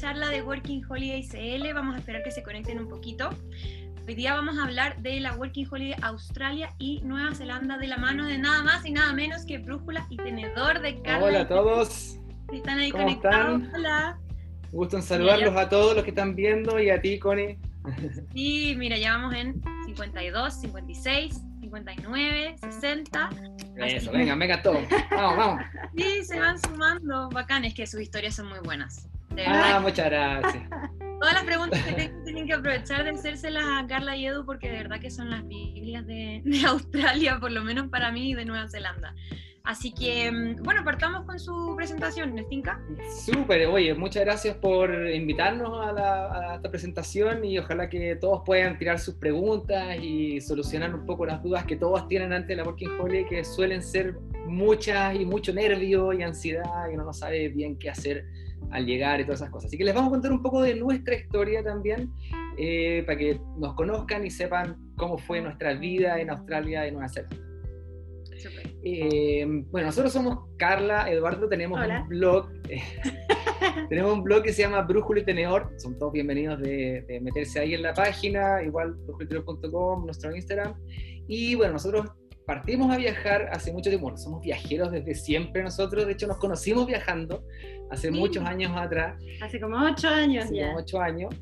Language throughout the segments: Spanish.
charla de Working Holiday CL. Vamos a esperar que se conecten un poquito. Hoy día vamos a hablar de la Working Holiday Australia y Nueva Zelanda de la mano de nada más y nada menos que Brújula y Tenedor de Carla. Hola a todos. Si están ahí ¿Cómo conectados, están? hola. Gusto en saludarlos a todos los que están viendo y a ti, Connie. Sí, mira, ya vamos en 52, 56, 59, 60. Eso, venga todos. Vamos. Sí, se van sumando. Bacán, es que sus historias son muy buenas. De verdad. Muchas gracias. Todas las preguntas que tengan tienen que aprovechar de hacérselas a Carla y Edu porque de verdad que son las Biblias de Australia, por lo menos para mí, y de Nueva Zelanda. Así que, bueno, partamos con su presentación, ¿les tinca? Súper, oye, muchas gracias por invitarnos a esta presentación y ojalá que todos puedan tirar sus preguntas y solucionar un poco las dudas que todos tienen ante la Working Holiday, que suelen ser muchas y mucho nervio y ansiedad y uno no sabe bien qué hacer al llegar y todas esas cosas. Así que les vamos a contar un poco de nuestra historia también, para que nos conozcan y sepan cómo fue nuestra vida en Australia y Nueva Zelanda. Bueno, nosotros somos Carla, Eduardo, tenemos un blog. Tenemos un blog que se llama Brújula y Tenedor. Son todos bienvenidos de meterse ahí en la página, igual brújulatenedor.com, nuestro Instagram. Y bueno, nosotros partimos a viajar hace mucho tiempo. Somos viajeros desde siempre nosotros. De hecho, nos conocimos viajando hace muchos años atrás. Hace como 8 años hace ya. Como 8 años.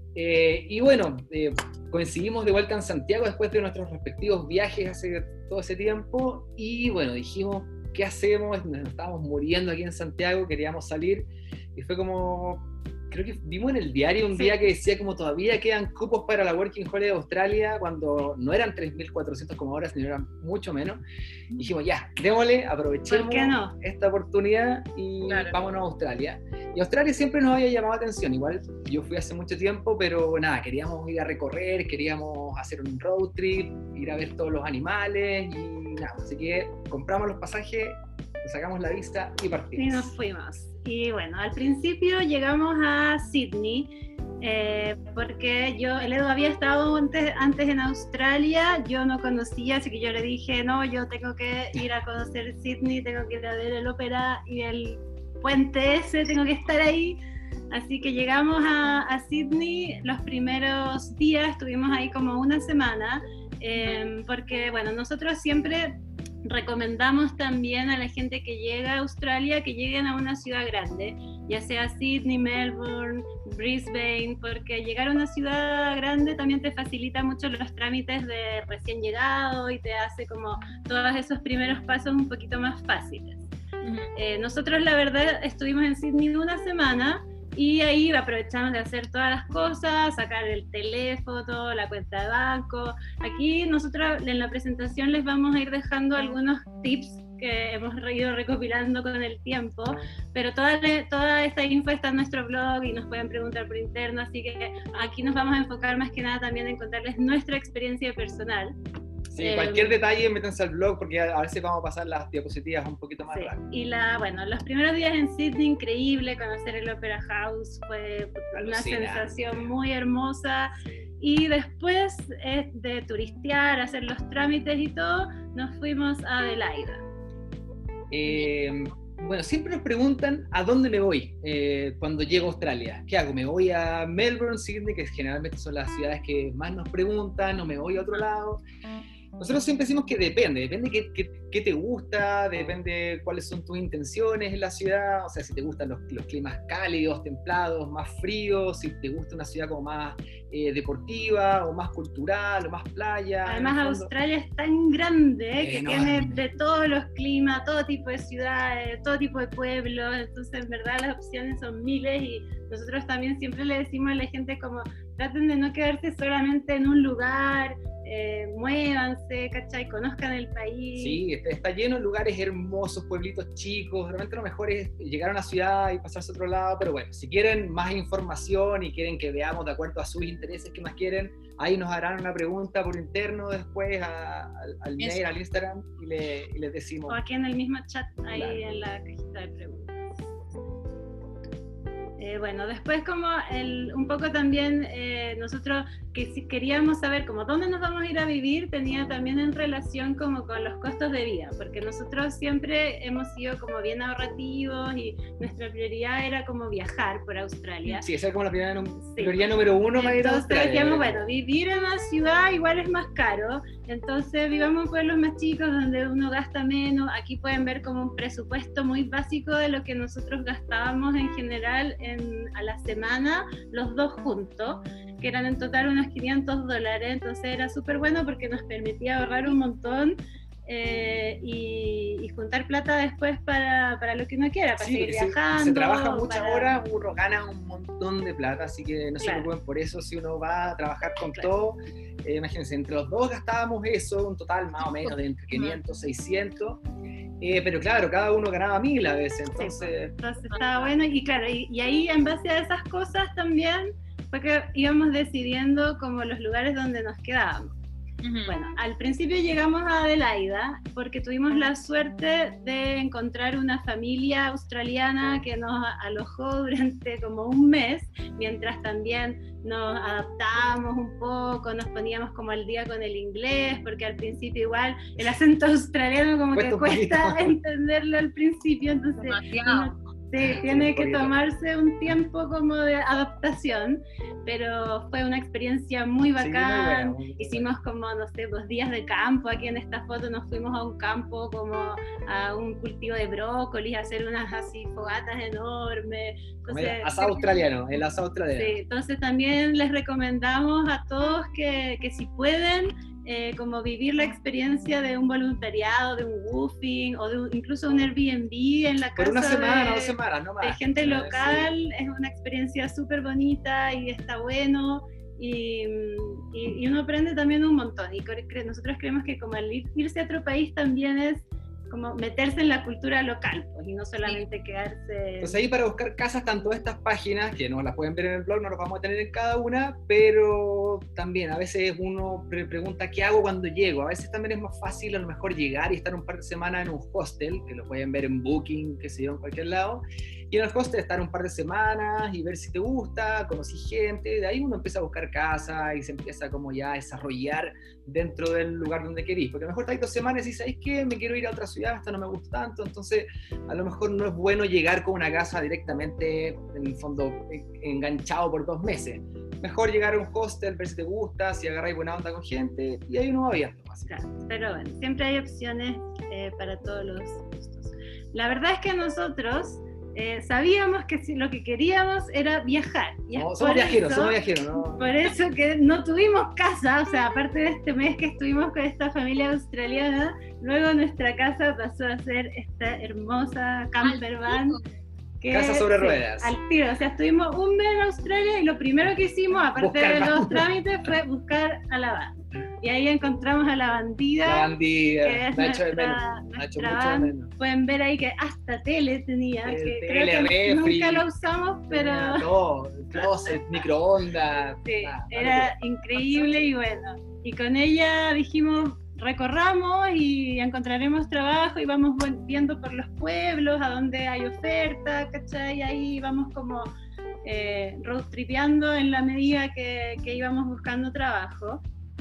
Y bueno, coincidimos de vuelta en Santiago después de nuestros respectivos viajes hace todo ese tiempo. Y bueno, dijimos, ¿qué hacemos? Nos estábamos muriendo aquí en Santiago, queríamos salir. Y fue como... Creo que vimos en el diario un día que decía como todavía quedan cupos para la Working Holiday de Australia, cuando no eran 3.400 como ahora, sino eran mucho menos. Y dijimos, ya, démosle, aprovechemos esta oportunidad y vámonos a Australia. Y Australia siempre nos había llamado la atención, igual yo fui hace mucho tiempo, pero nada, queríamos ir a recorrer, queríamos hacer un road trip, ir a ver todos los animales y nada, así que compramos los pasajes, sacamos la visa y partimos. Y nos fuimos. Y bueno, al principio llegamos a Sydney, porque el Edu había estado antes en Australia, yo no conocía, así que yo le dije, no, yo tengo que ir a conocer Sydney, tengo que ir a ver el ópera y el puente ese, tengo que estar ahí. Así que llegamos a Sydney, los primeros días estuvimos ahí como una semana, porque bueno, nosotros siempre recomendamos también a la gente que llega a Australia que lleguen a una ciudad grande, ya sea Sydney, Melbourne, Brisbane, porque llegar a una ciudad grande también te facilita mucho los trámites de recién llegado y te hace como todos esos primeros pasos un poquito más fáciles. Nosotros la verdad estuvimos en Sydney una semana y ahí aprovechamos de hacer todas las cosas, sacar el teléfono, la cuenta de banco. Aquí nosotros en la presentación les vamos a ir dejando algunos tips que hemos ido recopilando con el tiempo, pero toda esta info está en nuestro blog y nos pueden preguntar por interno, así que aquí nos vamos a enfocar más que nada también en contarles nuestra experiencia personal. Sí, cualquier detalle métanse al blog porque a veces vamos a pasar las diapositivas un poquito más rápido. Y bueno, los primeros días en Sydney, increíble, conocer el Opera House, fue una sensación muy hermosa. Y después de turistear, hacer los trámites y todo, nos fuimos a Adelaida. Bueno, siempre nos preguntan a dónde me voy cuando llego a Australia. ¿Qué hago? ¿Me voy a Melbourne, Sydney, que generalmente son las ciudades que más nos preguntan, o me voy a otro lado? Nosotros siempre decimos que depende qué te gusta, depende cuáles son tus intenciones en la ciudad, o sea, si te gustan los climas cálidos, templados, más fríos, si te gusta una ciudad como más deportiva, o más cultural, o más playa. Además Australia es tan grande que tiene de todos los climas, todo tipo de ciudades, todo tipo de pueblos, entonces en verdad las opciones son miles y nosotros también siempre le decimos a la gente como traten de no quedarse solamente en un lugar, muévanse, ¿cachai? Conozcan el país. Sí, está lleno de lugares hermosos, pueblitos chicos, realmente lo mejor es llegar a una ciudad y pasarse a otro lado, pero bueno, si quieren más información y quieren que veamos de acuerdo a sus intereses que más quieren, ahí nos harán una pregunta por interno después al mail, al Instagram y les decimos. O aquí en el mismo chat, ahí en la cajita de preguntas. Bueno, después como un poco también nosotros que si queríamos saber como dónde nos vamos a ir a vivir, tenía también en relación como con los costos de vida, porque nosotros siempre hemos sido como bien ahorrativos y nuestra prioridad era como viajar por Australia. Sí, esa es como la prioridad número uno para ir a Australia. Entonces decíamos, bueno, vivir en la ciudad igual es más caro, entonces vivamos en pueblos más chicos donde uno gasta menos. Aquí pueden ver como un presupuesto muy básico de lo que nosotros gastábamos en general a la semana, los dos juntos, que eran en total unos $500, entonces era súper bueno porque nos permitía ahorrar un montón y juntar plata después para lo que uno quiera, para seguir viajando. Se trabaja muchas horas, uno gana un montón de plata, así que no se preocupen por eso. Si uno va a trabajar con todo, imagínense, entre los dos gastábamos eso, un total más o menos de entre 500, 600, pero claro, cada uno ganaba 1000 a veces, entonces estaba bueno, y claro, y ahí en base a esas cosas también fue que íbamos decidiendo como los lugares donde nos quedábamos. Bueno, al principio llegamos a Adelaida porque tuvimos la suerte de encontrar una familia australiana que nos alojó durante como un mes, mientras también nos adaptábamos un poco, nos poníamos como al día con el inglés, porque al principio igual el acento australiano como que cuesta entenderlo al principio, entonces tiene que tomarse un tiempo como de adaptación, pero fue una experiencia muy bacán. Muy buena. Hicimos como, no sé, 2 días de campo. Aquí en esta foto nos fuimos a un campo como a un cultivo de brócoli, a hacer unas así fogatas enormes. Entonces, el asado australiano. Sí, entonces también les recomendamos a todos que si pueden, como vivir la experiencia de un voluntariado, de un woofing o incluso un Airbnb en la casa por una semana, 2 semanas, no más, de gente local. Es una experiencia súper bonita y está bueno y uno aprende también un montón, y nosotros creemos que como el irse a otro país también es como meterse en la cultura local, pues, y no solamente quedarse... Pues ahí para buscar casas están todas estas páginas, que no las pueden ver en el blog, no las vamos a tener en cada una, pero también a veces uno pregunta ¿qué hago cuando llego? A veces también es más fácil a lo mejor llegar y estar un par de semanas en un hostel, que lo pueden ver en Booking, que se yo, en cualquier lado, y en el hostel estar un par de semanas y ver si te gusta, conocí gente, de ahí uno empieza a buscar casa y se empieza como ya a desarrollar dentro del lugar donde querís, porque a lo mejor estáis 2 semanas y ¿sabéis qué? Me quiero ir a otra ciudad, esta no me gusta tanto, entonces a lo mejor no es bueno llegar con una casa directamente, en el fondo, enganchado por 2 meses. Mejor llegar a un hostel, ver si te gusta, si agarráis buena onda con gente, y ahí uno va viendo. Claro, pero bueno, siempre hay opciones para todos los gustos. La verdad es que nosotros sabíamos que lo que queríamos era viajar. Somos viajeros, ¿no? Por eso que no tuvimos casa, o sea, aparte de este mes que estuvimos con esta familia australiana, luego nuestra casa pasó a ser esta hermosa camper van. Casa sobre ruedas. Al tiro, o sea, estuvimos un mes en Australia y lo primero que hicimos, aparte de los trámites, fue buscar a la van. Y ahí encontramos a la bandida. La bandida, que es nuestra van. Pueden ver ahí que hasta tele tenía, que creo que nunca lo usamos, pero... Todo, closet, microondas. Sí, era increíble y bueno. Y con ella dijimos, recorramos y encontraremos trabajo y vamos viendo por los pueblos a donde hay oferta, ¿cachai? Ahí vamos como road tripeando en la medida que íbamos buscando trabajo.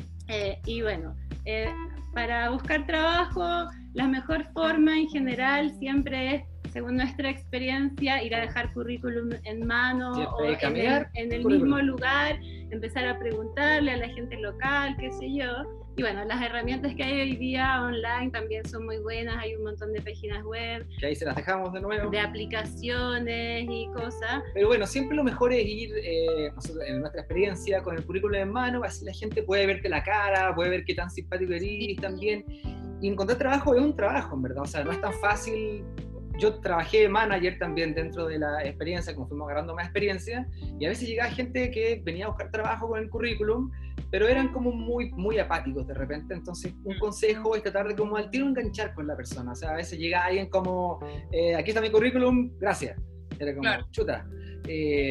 Y bueno, para buscar trabajo, la mejor forma en general siempre es, según nuestra experiencia, ir a dejar currículum en mano o en el mismo lugar, empezar a preguntarle a la gente local, qué sé yo. Y bueno, las herramientas que hay hoy día online también son muy buenas, hay un montón de páginas web. Que ahí se las dejamos de nuevo. De aplicaciones y cosas. Pero bueno, siempre lo mejor es ir, nosotros, en nuestra experiencia, con el currículum en mano, así la gente puede verte la cara, puede ver qué tan simpático eres también. Y encontrar trabajo es un trabajo, en verdad, o sea, no es tan fácil. Yo trabajé de manager también dentro de la experiencia, como fuimos agarrando más experiencia, y a veces llegaba gente que venía a buscar trabajo con el currículum, pero eran como muy apáticos de repente. Entonces un consejo es tratar de como al tiro enganchar con la persona, o sea, a veces llega alguien como aquí está mi currículum, gracias, era como chuta,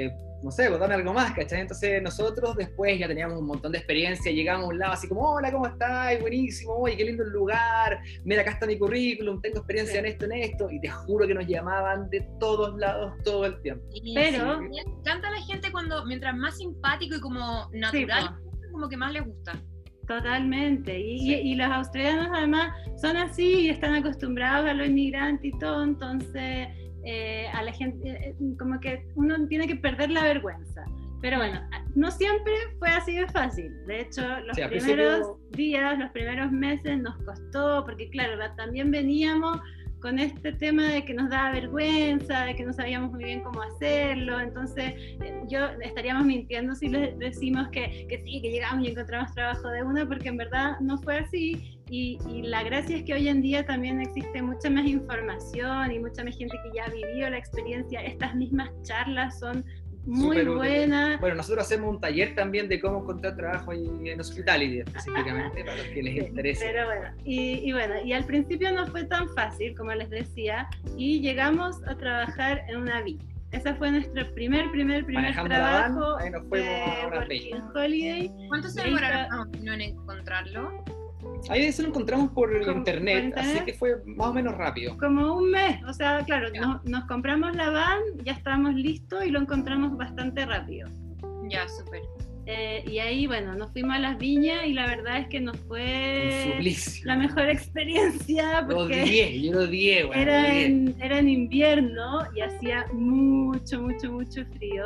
no sé, pues dame algo más, ¿cachai? Entonces nosotros después ya teníamos un montón de experiencia, llegamos a un lado así como, hola, ¿cómo estás? Buenísimo, oye, qué lindo el lugar, mira, acá está mi currículum, tengo experiencia en esto, y te juro que nos llamaban de todos lados todo el tiempo. Pero me encanta la gente cuando, mientras más simpático y como natural, como que más les gusta. Totalmente, y los australianos además son así y están acostumbrados a los inmigrantes y todo, entonces a la gente, como que uno tiene que perder la vergüenza. Pero bueno, no siempre fue así de fácil. De hecho, los primeros días, los primeros meses nos costó, porque claro, también veníamos con este tema de que nos daba vergüenza, de que no sabíamos muy bien cómo hacerlo, entonces yo estaríamos mintiendo si les decimos que sí, que llegamos y encontramos trabajo de una, porque en verdad no fue así, y la gracia es que hoy en día también existe mucha más información y mucha más gente que ya ha vivido la experiencia. Estas mismas charlas son muy buena. Bueno, nosotros hacemos un taller también de cómo encontrar trabajo en Hospitality, específicamente, para los que les interese. Pero bueno, y al principio no fue tan fácil, como les decía, y llegamos a trabajar en una viña. Ese fue nuestro primer trabajo ahí nos fuimos a una Working Holiday. ¿Cuánto se demoraron en encontrarlo? Ahí eso lo encontramos por internet, así que fue más o menos rápido. Como un mes, o sea, claro, nos compramos la van, ya estábamos listos y lo encontramos bastante rápido. Ya, súper. Y ahí, bueno, nos fuimos a las viñas y la verdad es que nos fue la mejor experiencia. Porque yo lo odié, bueno, era en invierno y hacía mucho frío.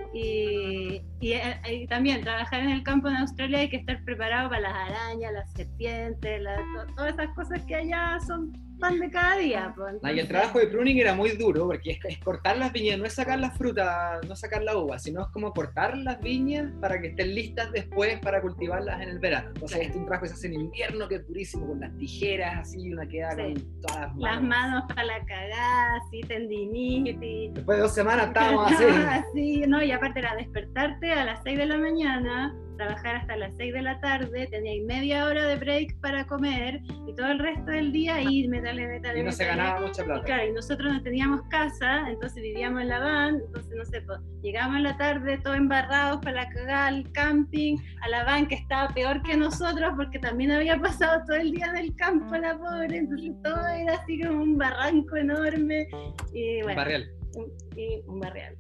Y también trabajar en el campo en Australia hay que estar preparado para las arañas, las serpientes, todas esas cosas que allá son pan de cada día. Pues. Y el trabajo de pruning era muy duro porque es cortar las viñas, no es sacar las frutas, no sacar la uva, sino es como cortar las viñas para que estén listas después para cultivarlas en el verano. Entonces este es un trabajo que se hace en invierno, que es durísimo, con las tijeras así, una queda con todas las manos para la cagada, así, tendinitis. Después de 2 semanas estábamos así. Sí, no, y aparte era despertarte a las 6 de la mañana, trabajar hasta las 6 de la tarde, teníais media hora de break para comer y todo el resto del día ahí metale. Y no se ganaba mucha plata. Y claro, y nosotros no teníamos casa, entonces vivíamos en la van, entonces no sé, pues, llegábamos en la tarde todos embarrados para la cagada al camping, a la van que estaba peor que nosotros porque también había pasado todo el día en el campo la pobre, entonces todo era así como un barranco enorme. Y bueno, un barrial.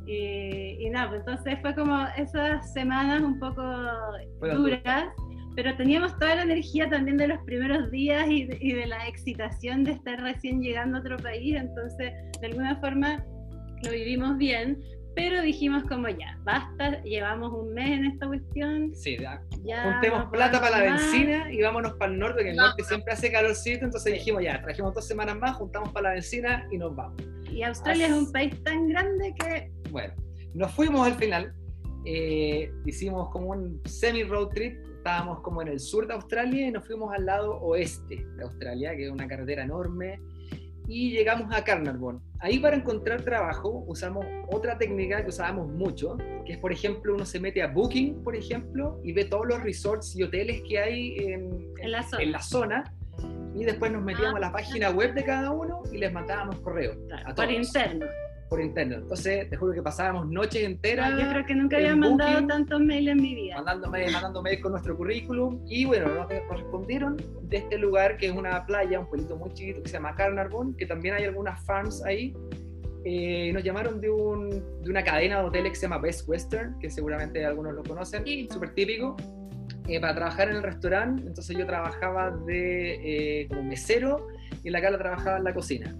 Y nada, pues entonces fue como esas semanas un poco duras, pero teníamos toda la energía también de los primeros días y de la excitación de estar recién llegando a otro país, entonces de alguna forma lo vivimos bien, pero dijimos como ya, basta, llevamos un mes en esta cuestión. Sí, ya juntemos plata para la benzina y vámonos para el norte, que el norte siempre hace calorcito, entonces dijimos ya, trajimos 2 semanas más, juntamos para la benzina y nos vamos. Y Australia es un país tan grande que... Bueno, nos fuimos al final, hicimos como un semi-road trip, estábamos como en el sur de Australia y nos fuimos al lado oeste de Australia, que es una carretera enorme, y llegamos a Carnarvon. Ahí para encontrar trabajo usamos otra técnica que usábamos mucho, que es por ejemplo uno se mete a Booking, por ejemplo, y ve todos los resorts y hoteles que hay en la zona. Y después nos metíamos a la página web de cada uno y les mandábamos correos. Claro, por interno. Entonces, te juro que pasábamos noches enteras. Yo creo que nunca había mandado tantos mails en mi vida. Mandando mails con nuestro currículum. Y bueno, nos respondieron de este lugar que es una playa, un pueblito muy chiquito que se llama Carnarvon, que también hay algunas farms ahí. Nos llamaron de una cadena de hoteles que se llama Best Western, que seguramente algunos lo conocen, súper típico. Para trabajar en el restaurante, entonces yo trabajaba como mesero y la Carla trabajaba en la cocina.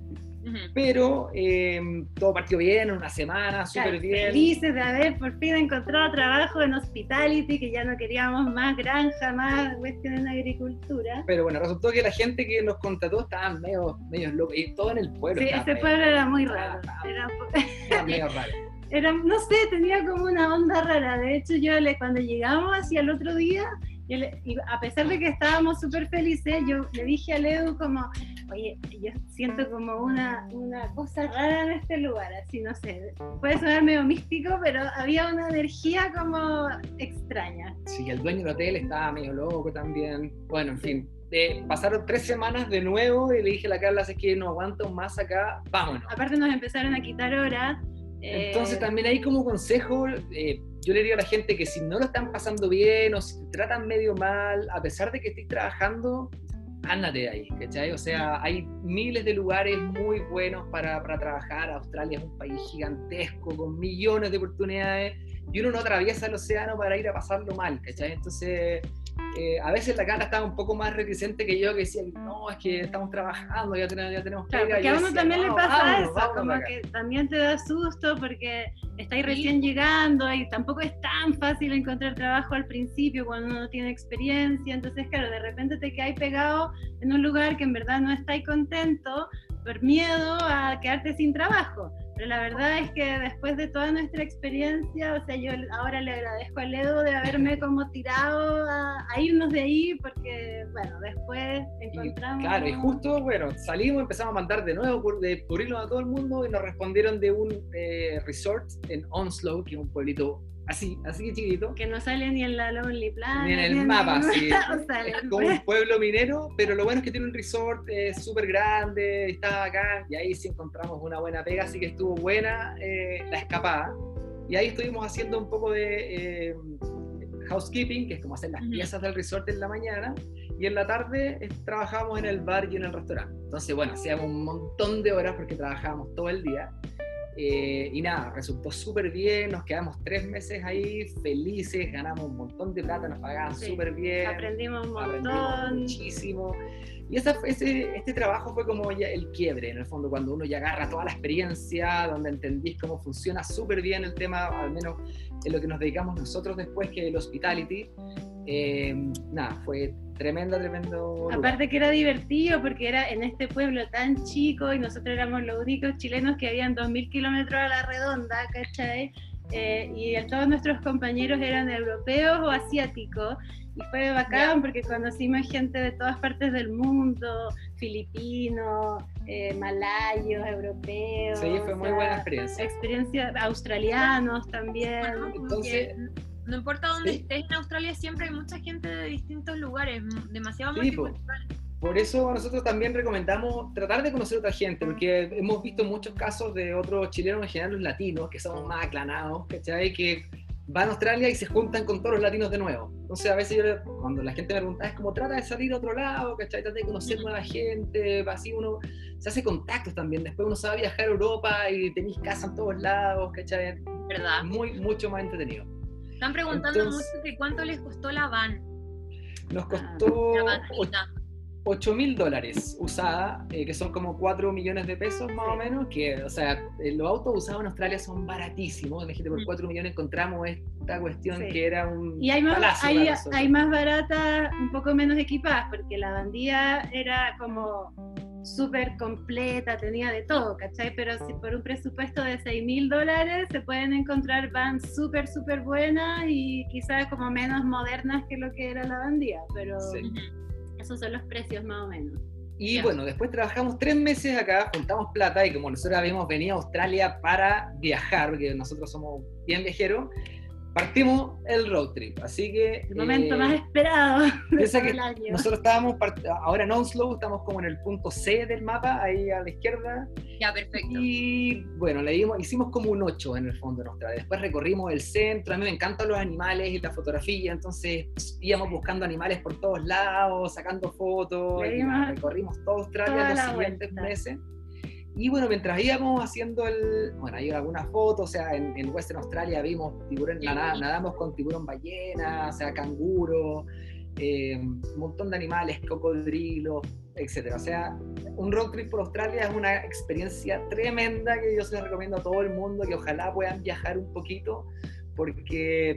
Pero todo partió bien, en una semana, súper bien. Felices de haber por fin encontrado trabajo en Hospitality, que ya no queríamos más granja, más cuestión en agricultura. Pero bueno, resultó que la gente que nos contrató estaban medio locos, y todo en el pueblo. Sí, ese pueblo era muy raro. Era medio raro. No sé, tenía como una onda rara. De hecho, cuando llegamos hacia el otro día, y a pesar de que estábamos súper felices, yo le dije a Edu como, oye, yo siento como una cosa rara en este lugar, así no sé, puede sonar medio místico, pero había una energía como extraña. Sí, el dueño del hotel estaba medio loco también. Bueno, en fin. Pasaron 3 semanas de nuevo y le dije a la Carla, es que no aguanto más acá, vámonos. Aparte nos empezaron a quitar horas. Entonces también ahí como consejo, yo le digo a la gente que si no lo están pasando bien o si te tratan medio mal, a pesar de que estés trabajando, ándate de ahí, ¿cachai? O sea, hay miles de lugares muy buenos para trabajar. Australia es un país gigantesco, con millones de oportunidades, y uno no atraviesa el océano para ir a pasarlo mal, ¿cachai? Entonces, a veces la Carla estaba un poco más reticente que yo, que decía, no, es que estamos trabajando, ya tenemos claro, pega. porque a uno decía, también le pasa vámonos, eso, como que también te da susto porque estáis recién llegando y tampoco es tan fácil encontrar trabajo al principio cuando uno no tiene experiencia. Entonces, claro, de repente te quedáis pegado en un lugar que en verdad no estáis contento por miedo a quedarte sin trabajo. Pero la verdad es que después de toda nuestra experiencia, o sea, yo ahora le agradezco a Ledo de haberme como tirado a irnos de ahí, porque, bueno, después encontramos... Claro, y justo, bueno, salimos, empezamos a mandar de nuevo currículum a todo el mundo y nos respondieron de un resort en Onslow, que es un pueblito así que chiquitito. Que no sale ni en la Lonely Planet. Ni en el mapa, sí. O sea, es como un pueblo minero, pero lo bueno es que tiene un resort súper grande, está acá, y ahí sí encontramos una buena pega, así que estuvo buena la escapada. Y ahí estuvimos haciendo un poco de housekeeping, que es como hacer las piezas del resort en la mañana, y en la tarde trabajábamos en el bar y en el restaurante. Entonces, bueno, hacíamos un montón de horas porque trabajábamos todo el día. Y nada, resultó súper bien, nos quedamos 3 meses ahí felices, ganamos un montón de plata, nos pagaban súper bien, aprendimos un montón, aprendimos muchísimo. Y este trabajo fue como ya el quiebre, en el fondo, cuando uno ya agarra toda la experiencia, donde entendís cómo funciona súper bien el tema, al menos en lo que nos dedicamos nosotros después, que el hospitality. Nada, fue tremendo lugar. Aparte que era divertido porque era en este pueblo tan chico y nosotros éramos los únicos chilenos que habían 2000 kilómetros a la redonda, ¿cachai? Y todos nuestros compañeros eran europeos o asiáticos y fue bacán porque conocimos gente de todas partes del mundo, filipinos, malayos, europeos. Sí, fue muy buena experiencia. Australianos también. Entonces, no importa dónde estés en Australia, siempre hay mucha gente de distintos lugares, demasiado multicultural. Por eso nosotros también recomendamos tratar de conocer a otra gente, porque hemos visto muchos casos de otros chilenos, en general los latinos, que somos más aclanados, ¿cachai? Que van a Australia y se juntan con todos los latinos de nuevo. Entonces a veces cuando la gente me pregunta, es como trata de salir a otro lado, ¿cachai? Trata de conocer nueva gente, así uno se hace contactos también. Después uno sabe viajar a Europa y tenéis casa en todos lados, ¿cachai? ¿Verdad? Mucho más entretenido. Están preguntando mucho de cuánto les costó la van. Nos costó $8.000 usada, que son como 4 millones de pesos más o menos, que, o sea, los autos usados en Australia son baratísimos. Imagínate, por 4 millones encontramos esta cuestión que era un y hay más, palacio. hay más baratas, un poco menos equipadas, porque la bandía era como súper completa, tenía de todo, ¿cachai? Pero si por un presupuesto de $6.000 se pueden encontrar vans súper buenas y quizás como menos modernas que lo que era la bandía, pero esos son los precios más o menos. Y bueno, después trabajamos 3 meses acá, juntamos plata, y como nosotros habíamos venido a Australia para viajar, porque nosotros somos bien viajeros, partimos el road trip, así que... El momento más esperado de todo el año. Nosotros estábamos, ahora en Onslow, estamos como en el punto C del mapa, ahí a la izquierda. Ya, perfecto. Y bueno, hicimos como un 8 en el fondo de Australia. Después recorrimos el centro, a mí me encantan los animales y la fotografía, entonces íbamos buscando animales por todos lados, sacando fotos, recorrimos toda Australia los siguientes meses. Y bueno, mientras íbamos haciendo hay algunas fotos, o sea, en Western Australia vimos tiburón, nadamos con tiburón ballena, o sea, canguro, un montón de animales, cocodrilos, etcétera. O sea, un road trip por Australia es una experiencia tremenda que yo se la recomiendo a todo el mundo, que ojalá puedan viajar un poquito, porque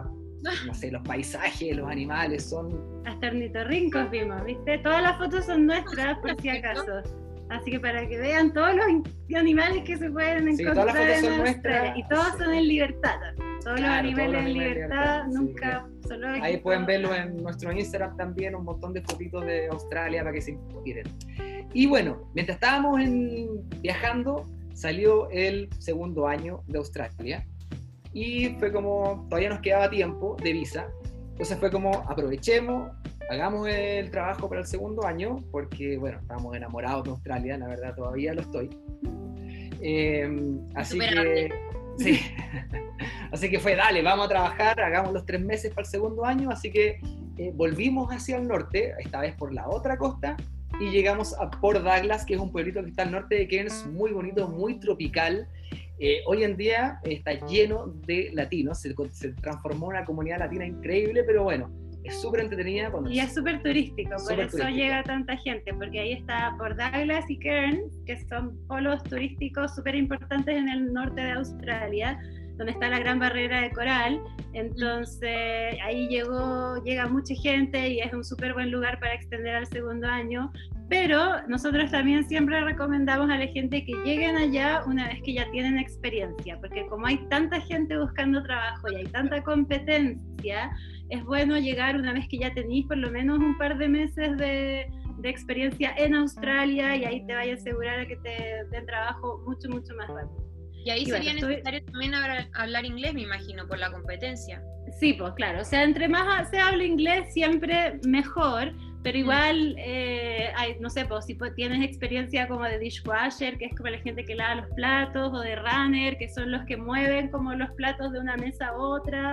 no sé, los paisajes, los animales son... Hasta ornitorrincos vimos, ¿viste? Todas las fotos son nuestras, por si acaso. Así que para que vean todos los animales que se pueden encontrar todas las fotos son en nuestras, y todos son en libertad. Todos los animales en libertad, nunca zoológicos. Ahí pueden verlo en nuestro Instagram también, un montón de fotitos de Australia para que se inspiren. Y bueno, mientras estábamos viajando, salió el segundo año de Australia y fue como, todavía nos quedaba tiempo de visa, entonces fue como, aprovechemos, hagamos el trabajo para el segundo año, porque, bueno, estábamos enamorados de Australia, la verdad todavía lo estoy. Así que Sí. Así que fue, dale, vamos a trabajar, hagamos los 3 meses para el segundo año, así que volvimos hacia el norte, esta vez por la otra costa, y llegamos a Port Douglas, que es un pueblito que está al norte de Cairns, muy bonito, muy tropical. Hoy en día está lleno de latinos, se transformó en una comunidad latina increíble, pero bueno, es súper entretenida. Y es súper turístico, por eso llega tanta gente, porque ahí está Port Douglas y Cairns, que son polos turísticos súper importantes en el norte de Australia, donde está la Gran Barrera de Coral. Entonces ahí llega mucha gente y es un súper buen lugar para extender al segundo año, pero nosotros también siempre recomendamos a la gente que lleguen allá una vez que ya tienen experiencia, porque como hay tanta gente buscando trabajo y hay tanta competencia, es bueno llegar una vez que ya tenéis por lo menos un par de meses de experiencia en Australia, y ahí te vaya a asegurar que te den trabajo mucho, mucho más rápido. Y ahí sería necesario también hablar inglés, me imagino, por la competencia. Sí, pues claro, o sea, entre más se habla inglés siempre mejor, pero igual, no sé, pues si tienes experiencia como de dishwasher, que es como la gente que lava los platos, o de runner, que son los que mueven como los platos de una mesa a otra,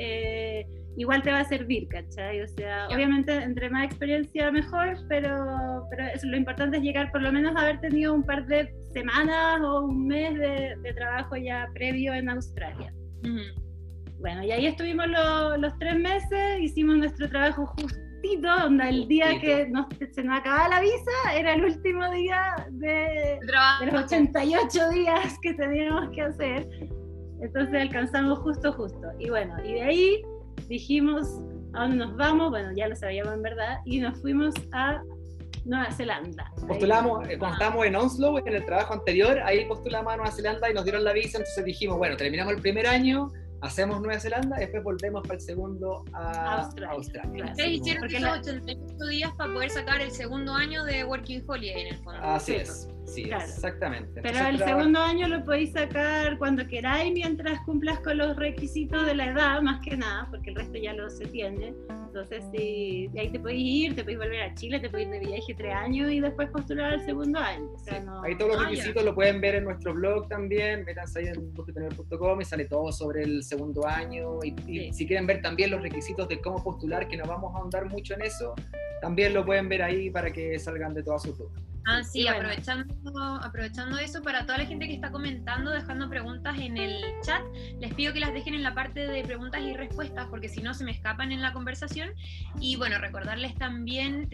igual te va a servir, ¿cachai? O sea, obviamente entre más experiencia mejor, pero lo importante es llegar por lo menos a haber tenido un par de semanas o un mes de trabajo ya previo en Australia. Bueno, y ahí estuvimos los 3 meses, hicimos nuestro trabajo justito, donde el día que se nos acababa la visa era el último día de los 88 días que teníamos que hacer. Entonces alcanzamos justo. Y bueno, y de ahí dijimos, ¿a dónde nos vamos? Bueno, ya lo sabíamos en verdad, y nos fuimos a Nueva Zelanda. Postulamos, cuando estábamos en Onslow, en el trabajo anterior, ahí postulamos a Nueva Zelanda y nos dieron la visa, entonces dijimos, bueno, terminamos el primer año, hacemos Nueva Zelanda, y después volvemos para el segundo a Australia. Ustedes hicieron esos 88 días para poder sacar el segundo año de Working Holiday en el fondo. Así es, sí, claro. Exactamente. Pero entonces, el segundo año lo podéis sacar cuando queráis, mientras cumplas con los requisitos de la edad, más que nada, porque el resto ya lo se tiene. Entonces, de ahí te podéis ir, te podéis volver a Chile, te podéis ir de viaje 3 años y después postular al segundo año. O sea, ahí todos los requisitos lo pueden ver en nuestro blog también, métanse ahí en busquetener.com y sale todo sobre el segundo año. Y si quieren ver también los requisitos de cómo postular, que no vamos a ahondar mucho en eso, también lo pueden ver ahí para que salgan de todas sus dudas. Sí, bueno, aprovechando eso, para toda la gente que está comentando, dejando preguntas en el chat, les pido que las dejen en la parte de preguntas y respuestas, porque si no se me escapan en la conversación. Y bueno, recordarles también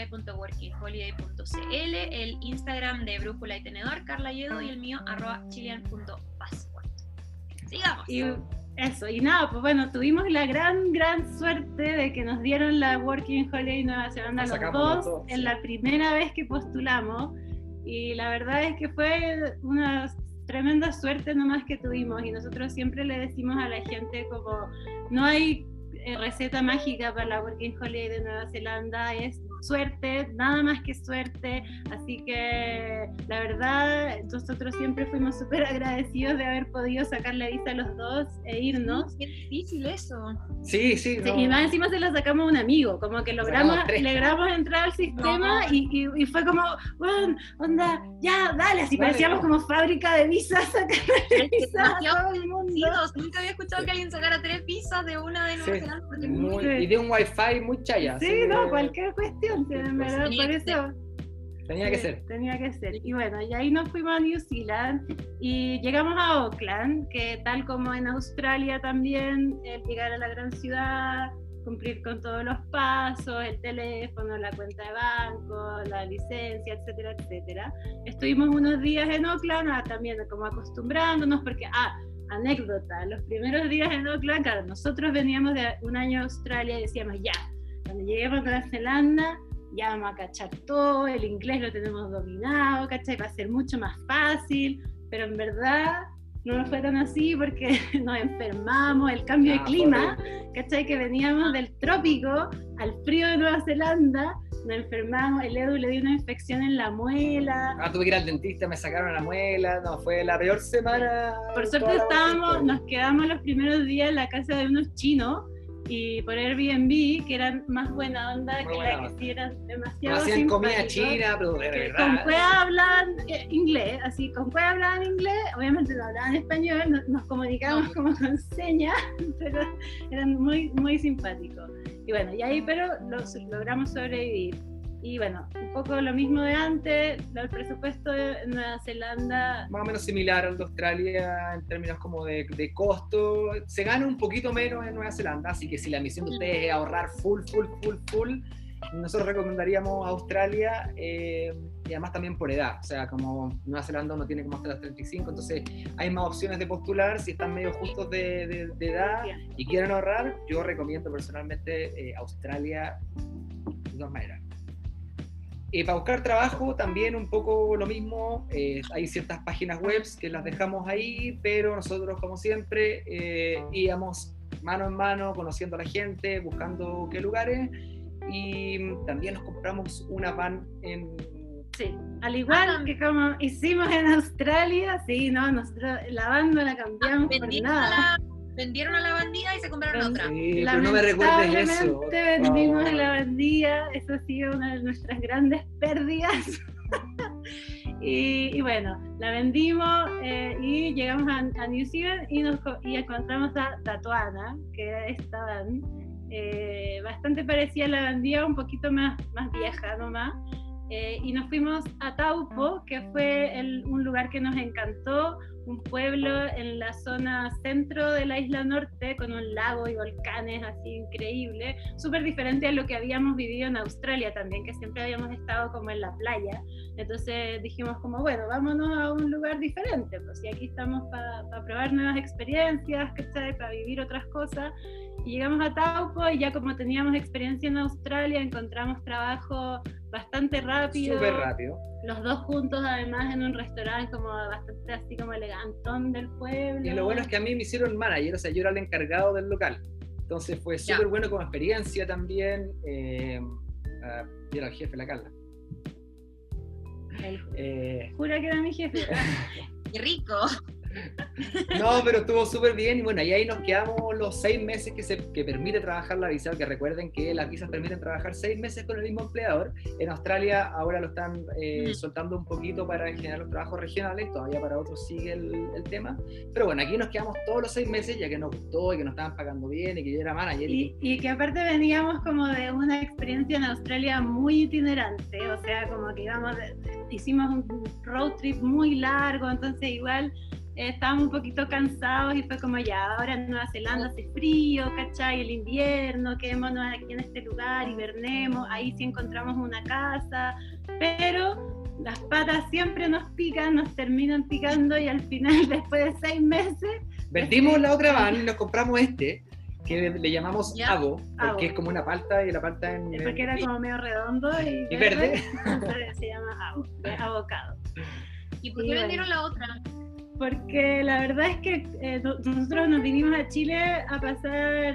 www.workingholiday.cl, el Instagram de Brújula y Tenedor, Carla Yedo, y el mío, @chilean.passport. Sigamos. Eso, y nada, pues bueno, tuvimos la gran suerte de que nos dieron la Working Holiday Nueva Zelanda los dos en la primera vez que postulamos, y la verdad es que fue una tremenda suerte nomás que tuvimos, y nosotros siempre le decimos a la gente como, no hay receta mágica para la Working Holiday de Nueva Zelanda, es suerte, nada más que suerte, así que la verdad nosotros siempre fuimos súper agradecidos de haber podido sacar la visa los dos e irnos. Qué difícil eso. Sí, no. Y más encima se lo sacamos a un amigo, como que logramos entrar al sistema y fue como, bueno, onda, ya, dale, así parecíamos como fábrica de visas, sacar visas a todo el mundo. Nunca había escuchado que alguien sacara 3 visas de una de Nueva Zelanda. Y de un wifi muy chaya. Sí, no, cualquier cuestión, en verdad, por eso. Tenía que ser. Y bueno, y ahí nos fuimos a New Zealand y llegamos a Auckland, que tal como en Australia también, el llegar a la gran ciudad, cumplir con todos los pasos, el teléfono, la cuenta de banco, la licencia, etcétera, etcétera. Estuvimos unos días en Auckland, también como acostumbrándonos, porque, anécdota, los primeros días en Auckland, claro, nosotros veníamos de un año a Australia y decíamos, ya, cuando lleguemos a Nueva Zelanda, ya vamos a cachar todo, el inglés lo tenemos dominado, ¿cachai? Va a ser mucho más fácil, pero en verdad no fue tan así porque nos enfermamos, el cambio de clima, ¿cachai? Que veníamos del trópico al frío de Nueva Zelanda, nos enfermamos, el Edu le dio una infección en la muela. Tuve que ir al dentista, me sacaron la muela, no, fue la peor semana. Por suerte nos quedamos los primeros días en la casa de unos chinos, y por Airbnb, que eran más buena onda Muy que buena la onda. que sí eran Nos demasiado hacían comida simpáticos. china, pero de Que verdad. con Cueva hablaban inglés, así, con Cueva hablaban inglés, obviamente no hablaban español, nos comunicábamos como con señas, pero eran muy, muy simpáticos. Y bueno, y ahí pero logramos sobrevivir. Y bueno, un poco lo mismo de antes, el presupuesto de Nueva Zelanda. Más o menos similar al de Australia en términos como de costo. Se gana un poquito menos en Nueva Zelanda, así que si la misión de ustedes es ahorrar full, nosotros recomendaríamos Australia, y además también por edad. O sea, como Nueva Zelanda uno tiene como hasta los 35, entonces hay más opciones de postular. Si están medio justos de edad y quieren ahorrar, yo recomiendo personalmente Australia de todas maneras. Para buscar trabajo también un poco lo mismo, hay ciertas páginas web que las dejamos ahí, pero nosotros como siempre íbamos mano en mano, conociendo a la gente, buscando qué lugares, y también nos compramos una van en... Sí, al igual que como hicimos en Australia, sí, no, nosotros la van no la cambiamos por nada. Vendieron a la bandida y se compraron otra. Sí, pero no me recuerdes eso. Lamentablemente vendimos a la bandida, eso ha sido una de nuestras grandes pérdidas. y bueno, la vendimos y llegamos a New Zealand y encontramos a Tatuana, que era esta van, bastante parecida a la bandida, un poquito más vieja nomás. Y nos fuimos a Taupo, que fue un lugar que nos encantó, un pueblo en la zona centro de la isla norte, con un lago y volcanes así increíble, súper diferente a lo que habíamos vivido en Australia también, que siempre habíamos estado como en la playa. Entonces dijimos como, bueno, vámonos a un lugar diferente, pues y aquí estamos para probar nuevas experiencias, ¿cachai? Para vivir otras cosas. Y llegamos a Taupo y ya como teníamos experiencia en Australia, encontramos trabajo bastante rápido. Súper rápido. Los dos juntos además en un restaurante como bastante así como elegantón del pueblo. Y lo bueno es que a mí me hicieron manager, o sea, yo era el encargado del local. Entonces fue súper bueno como experiencia también. Yo era el jefe, la Carla. Jura que era mi jefe. ¡Qué rico! No, pero estuvo súper bien y bueno, y ahí nos quedamos los 6 meses que permite trabajar la visa, que recuerden que las visas permiten trabajar 6 meses con el mismo empleador. En Australia ahora lo están soltando un poquito para generar los trabajos regionales, todavía para otros sigue el tema, pero bueno, aquí nos quedamos todos los 6 meses ya que nos gustó y que nos estaban pagando bien y que yo era manager. Y que aparte veníamos como de una experiencia en Australia muy itinerante, o sea, como que hicimos un road trip muy largo, entonces igual estábamos un poquito cansados y fue como ya, ahora en Nueva Zelanda hace frío, ¿cachai? El invierno, quedémonos aquí en este lugar, hibernemos, ahí sí encontramos una casa, pero las patas siempre nos pican, nos terminan picando y al final, después de 6 meses... Vendimos la otra van y nos compramos que le llamamos Avo, porque Avo. Es como una palta y la palta en... Porque era como medio redondo y verde. Entonces se llama Avo, de avocado. ¿Y por qué vendieron la otra? Porque la verdad es que nosotros nos vinimos a Chile a pasar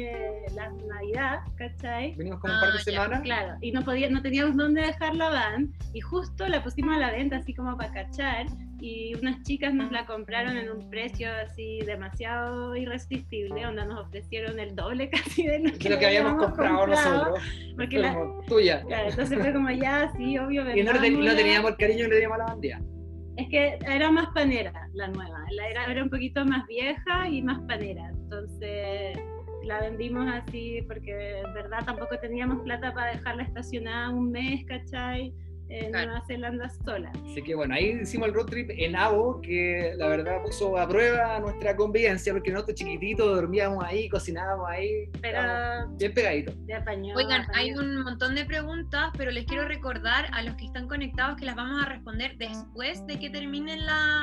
la Navidad, ¿cachai? Venimos como un par de semanas. Claro, y no teníamos dónde dejar la van, y justo la pusimos a la venta así como para cachar, y unas chicas nos la compraron en un precio así demasiado irresistible, donde nos ofrecieron el doble casi de lo que habíamos comprado nosotros. Porque tuya. Claro, entonces fue como ya, sí, obvio. Y no teníamos el cariño que le teníamos a la bandía. Es que era más panera la nueva, era un poquito más vieja y más panera, entonces la vendimos así porque en verdad tampoco teníamos plata para dejarla estacionada un mes, ¿cachai? En Nueva Zelanda sola. Así que bueno, ahí hicimos el road trip en Avo, que la verdad puso a prueba nuestra convivencia, porque nosotros chiquititos dormíamos ahí, cocinábamos ahí, pero bien pegaditos. Oigan, hay un montón de preguntas, pero les quiero recordar a los que están conectados que las vamos a responder después de que terminen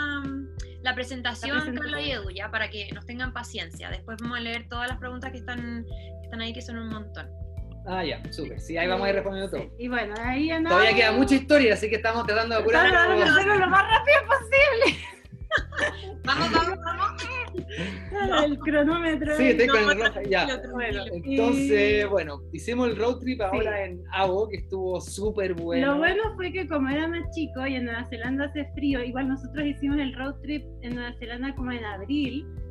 la presentación, Carla y Edu, ya, para que nos tengan paciencia. Después vamos a leer todas las preguntas que están ahí, que son un montón. Ah, ya, súper. Sí, ahí vamos a ir respondiendo todo. Y bueno, ahí en todavía queda mucha historia, así que estamos tratando de apurar. Estamos tratando de hacerlo lo más rápido posible. Vamos. El cronómetro. Sí, estoy con el reloj. Ya. Bueno, entonces, bueno, hicimos el road trip ahora en Avo, que estuvo súper bueno. Lo bueno fue que como era más chico y en Nueva Zelanda hace frío, igual nosotros hicimos el road trip en Nueva Zelanda como en abril,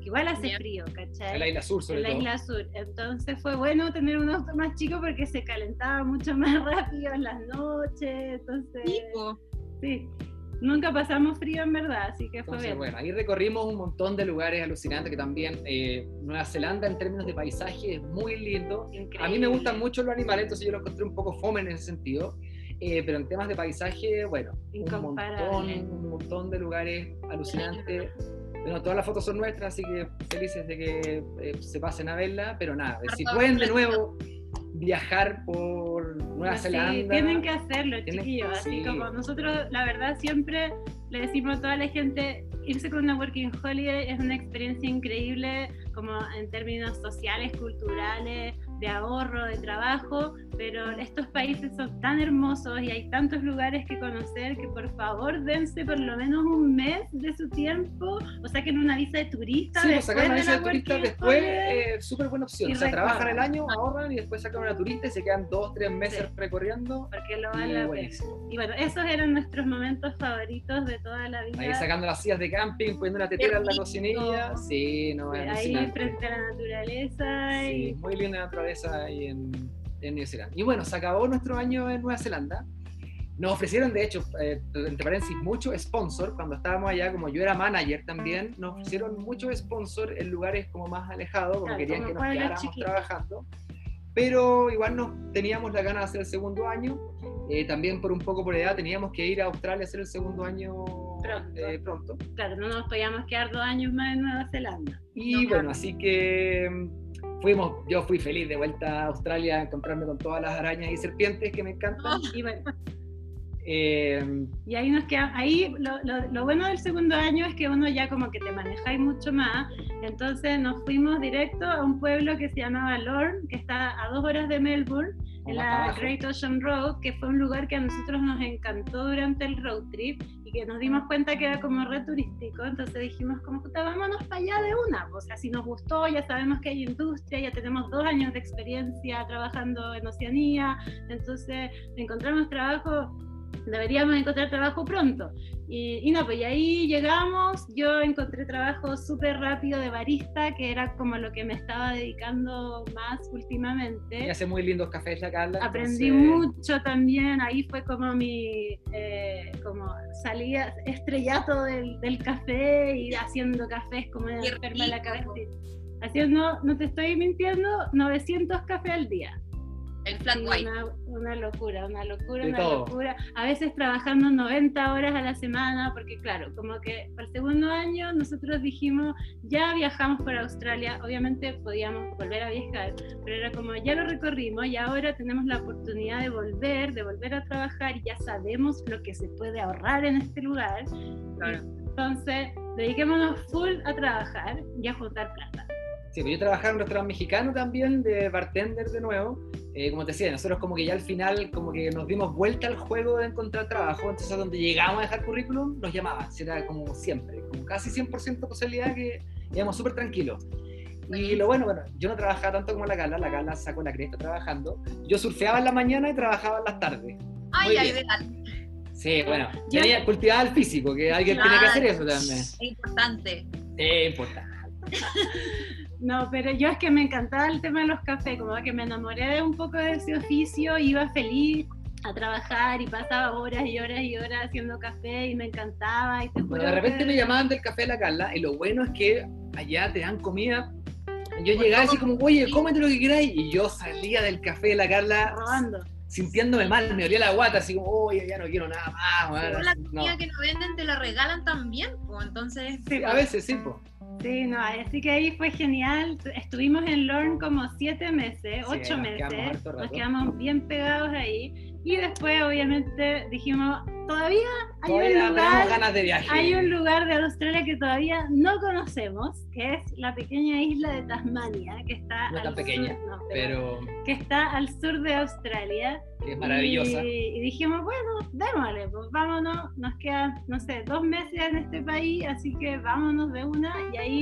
porque igual hace Bien. frío, ¿cachai? En la isla sur, sobre En la todo. isla sur. Entonces fue bueno tener un auto más chico porque se calentaba mucho más rápido en las noches. Entonces, Sí, po. sí, nunca pasamos frío en verdad, así que fue Entonces, bien. bueno, ahí recorrimos un montón de lugares alucinantes que también Nueva Zelanda en términos de paisaje es muy lindo. Increíble. A mí me gustan mucho los animales, entonces yo lo encontré un poco fome en ese sentido. Pero en temas de paisaje, bueno, Incomparable. un montón de lugares alucinantes. Bueno, todas las fotos son nuestras, así que felices de que se pasen a verla, pero nada, si pueden de nuevo viajar por Nueva Sí, Zelanda. tienen que hacerlo, tienen- chiquillos. Así sí. como nosotros, la verdad, siempre le decimos a toda la gente, irse con una Working Holiday es una experiencia increíble, como en términos sociales, culturales, de ahorro, de trabajo, pero estos países son tan hermosos y hay tantos lugares que conocer que por favor dense por lo menos un mes de su tiempo, o saquen una visa de turista. Sí, pues después sacar una de visa la de turista Working después, Holiday. súper buena opción. Y O sea, trabajan el recorran. año, ahorran y después sacan una turista y se quedan 2-3 meses Sí. recorriendo. Porque lo Y vale la pena. buenísimo. Y bueno, esos eran nuestros momentos favoritos de toda la vida. Ahí sacando las sillas de camping, poniendo una tetera en la rico. cocinilla. Sí, no, es Ahí alucinante. frente a la naturaleza. Sí, Y... muy linda la naturaleza ahí en Nueva Zelanda. Y bueno, se acabó nuestro año en Nueva Zelanda. Nos ofrecieron, de hecho, entre paréntesis, mucho sponsor. Cuando estábamos allá, como yo era manager también, nos ofrecieron mucho sponsor en lugares como más alejados, porque Claro, querían como que nos pueblos quedáramos chiquitos. trabajando. Pero igual teníamos la gana de hacer el segundo año. También por un poco por edad teníamos que ir a Australia a hacer el segundo año pronto. Claro, no nos podíamos quedar 2 años más en Nueva Zelanda. Y No, bueno, claro. así que yo fui feliz de vuelta a Australia a encontrarme con todas las arañas y serpientes que me encantan. Y bueno, Eh, y ahí nos quedamos. Ahí lo bueno del segundo año es que uno ya como que te manejáis mucho más. Entonces nos fuimos directo a un pueblo que se llamaba Lorne, que está a 2 horas de Melbourne, en más la abajo. Great Ocean Road, que fue un lugar que a nosotros nos encantó durante el road trip y que nos dimos cuenta que era como re turístico. Entonces dijimos como, puta, vámonos para allá de una. O sea, si nos gustó, ya sabemos que hay industria, ya tenemos 2 años de experiencia trabajando en Oceanía, entonces encontramos trabajo, deberíamos encontrar trabajo pronto. Y no, pues y ahí llegamos, yo encontré trabajo súper rápido de barista, que era como lo que me estaba dedicando más últimamente. y hace muy lindos cafés la Carla. Aprendí entonces, mucho también, ahí fue como mi como salía estrellato del café y haciendo cafés como Qué enferma en la rico. cabeza. Haciendo, no te estoy mintiendo, 900 cafés al día. El flat Sí, white. una locura, De una todo. locura. A veces trabajando 90 horas a la semana, porque claro, como que para el segundo año nosotros dijimos, ya viajamos por Australia, obviamente podíamos volver a viajar, pero era como, ya lo recorrimos y ahora tenemos la oportunidad de volver a trabajar y ya sabemos lo que se puede ahorrar en este lugar. Claro. Entonces, dediquémonos full a trabajar y a juntar plata. Sí, pues yo trabajaba en un restaurante mexicano también, de bartender de nuevo. Como te decía, nosotros como que ya al final como que nos dimos vuelta al juego de encontrar trabajo, entonces donde llegamos a dejar currículum nos llamaban, era como siempre, como casi 100% posibilidad que íbamos súper tranquilos. Y lo bueno, yo no trabajaba tanto como la Carla sacó la cresta trabajando, yo surfeaba en la mañana y trabajaba en las tardes. Ay, Muy ay, bien. ideal. Sí, bueno, Yo- cultivaba el físico, que alguien tiene que hacer eso también. Es importante. Sí, importante. No, pero yo es que me encantaba el tema de los cafés, como que me enamoré de un poco de ese oficio, iba feliz a trabajar y pasaba horas y horas y horas haciendo café y me encantaba. Y te Bueno, juro de repente que- me llamaban del café de la Carla y lo bueno es que allá te dan comida. Yo llegaba así como, oye, cómete lo que queráis. Y yo salía del café de la Carla robando. sintiéndome mal, me olía la guata, así como, oye, ya no quiero nada más. Pero weón". la No. comida que no venden te la regalan también, pues entonces. Sí, A veces sí, pues. sí, no, así que ahí fue genial. Estuvimos en Lorne como 7 meses, 8 nos quedamos meses. harto rato. Nos quedamos bien pegados ahí. Y después, obviamente, dijimos, todavía hay Todavía un tenemos lugar. ganas de viaje. Hay un lugar de Australia que todavía no conocemos, que es la pequeña isla de Tasmania, que está No al tan pequeña, sur, no, pero que está al sur de Australia. que es maravillosa. Y dijimos, bueno, démosle, pues vámonos, nos quedan, no sé, 2 meses en este país, así que vámonos de una, y ahí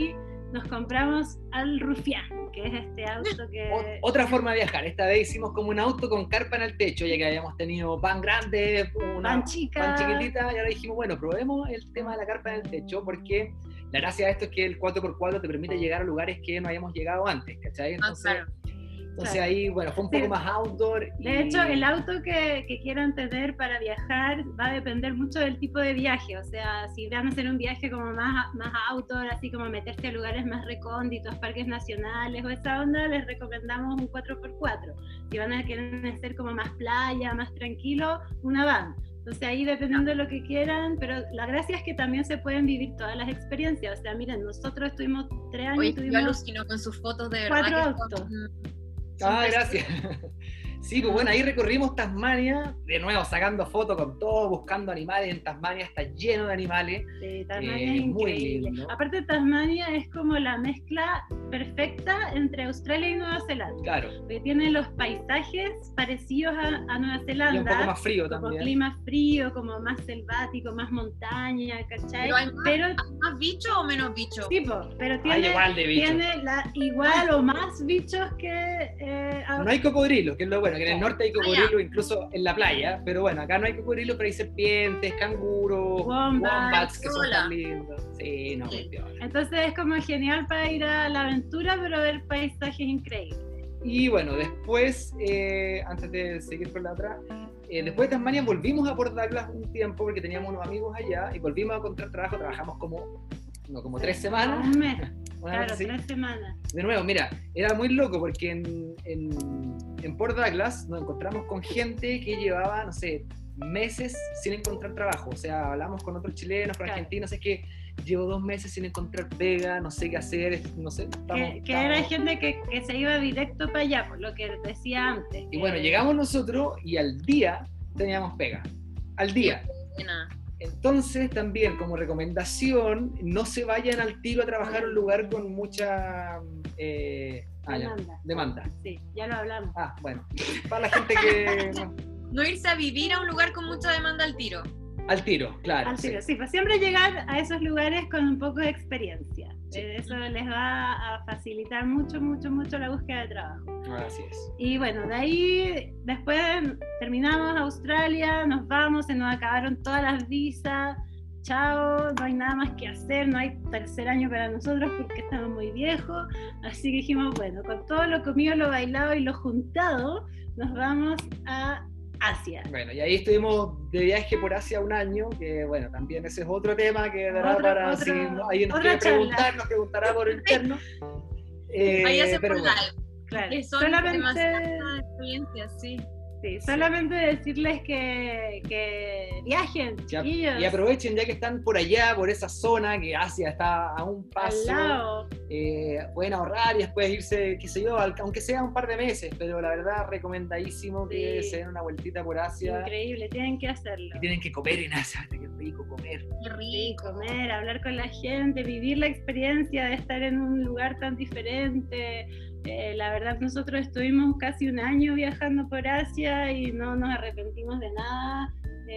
nos compramos al Rufián, que es este auto que... Otra forma de viajar. Esta vez hicimos como un auto con carpa en el techo, ya que habíamos tenido van grande, van chiquitita, y ahora dijimos, bueno, probemos el tema de la carpa en el techo, porque la gracia de esto es que el 4x4 te permite llegar a lugares que no habíamos llegado antes, ¿cachai? Entonces ahí, bueno, fue un poco más outdoor. De hecho, el auto que quieran tener para viajar va a depender mucho del tipo de viaje. O sea, si van a hacer un viaje como más outdoor, así como meterse a lugares más recónditos, parques nacionales o esa onda, les recomendamos un 4x4. Si van a querer hacer como más playa, más tranquilo, una van. Entonces ahí dependiendo de lo que quieran, pero la gracia es que también se pueden vivir todas las experiencias. O sea, miren, nosotros estuvimos 3 años... Oye, yo alucino con sus fotos de verdad. 4 autos. Gracias. Sí, pues bueno, ahí recorrimos Tasmania, de nuevo sacando fotos con todo, buscando animales. En Tasmania está lleno de animales. Sí, Tasmania es increíble. Lindo. Aparte, Tasmania es como la mezcla perfecta entre Australia y Nueva Zelanda. Claro. Porque tiene los paisajes parecidos a Nueva Zelanda. Y un poco más frío como también. Clima frío, como más selvático, más montaña, ¿cachai? Pero ¿hay más bichos o menos bichos? Sí, pero tiene igual o más bichos que... no hay cocodrilos, que es lo bueno, que en el norte hay cocodrilos, incluso en la playa, pero bueno, acá no hay cocodrilos, pero hay serpientes, canguros, wombats, que son tan lindos. Sí, no, sí. Entonces es como genial para ir a la aventura, pero ver paisajes increíbles. Y bueno, después, antes de seguir con la otra, después de Tasmania volvimos a Port Douglas un tiempo porque teníamos unos amigos allá y volvimos a encontrar trabajo, trabajamos como 3 semanas. Un mes. Claro, 3 semanas. De nuevo, mira, era muy loco porque en Port Douglas nos encontramos con gente que llevaba, no sé, meses sin encontrar trabajo. O sea, hablamos con otros chilenos, con argentinos, es que llevo 2 meses sin encontrar pega, no sé qué hacer, no sé. Era gente que se iba directo para allá, por lo que decía antes. Y bueno, llegamos nosotros y al día teníamos pega. Al día. Entonces, también como recomendación, no se vayan al tiro a trabajar en un lugar con mucha demanda. Sí, ya lo hablamos. Bueno, para la gente que... No irse a vivir a un lugar con mucha demanda al tiro. Al tiro, claro. Al tiro, sí, pues siempre llegar a esos lugares con un poco de experiencia. Sí. Eso les va a facilitar mucho la búsqueda de trabajo. Así es. Y bueno, de ahí después terminamos Australia, nos vamos, se nos acabaron todas las visas, chao, no hay nada más que hacer, no hay tercer año para nosotros porque estamos muy viejos, así que dijimos, bueno, con todo lo comido, lo bailado y lo juntado, nos vamos a Asia. Bueno, y ahí estuvimos de viaje por Asia 1 año, que bueno, también ese es otro tema que dará si alguien nos quiere preguntar, nos preguntará por interno. Ahí hacemos pero bueno. Claro. Son demasiadas experiencias, sí. Sí, solamente decirles que viajen, chiquillos. Y aprovechen ya que están por allá, por esa zona, que Asia está a un paso. Al lado. Pueden ahorrar y después irse, qué sé yo, aunque sea un par de meses, pero la verdad recomendadísimo que se den una vueltita por Asia. Increíble, tienen que hacerlo. Y tienen que comer en Asia, qué rico comer. Qué rico. Sí, comer, hablar con la gente, vivir la experiencia de estar en un lugar tan diferente. La verdad, nosotros estuvimos casi 1 año viajando por Asia y no nos arrepentimos de nada.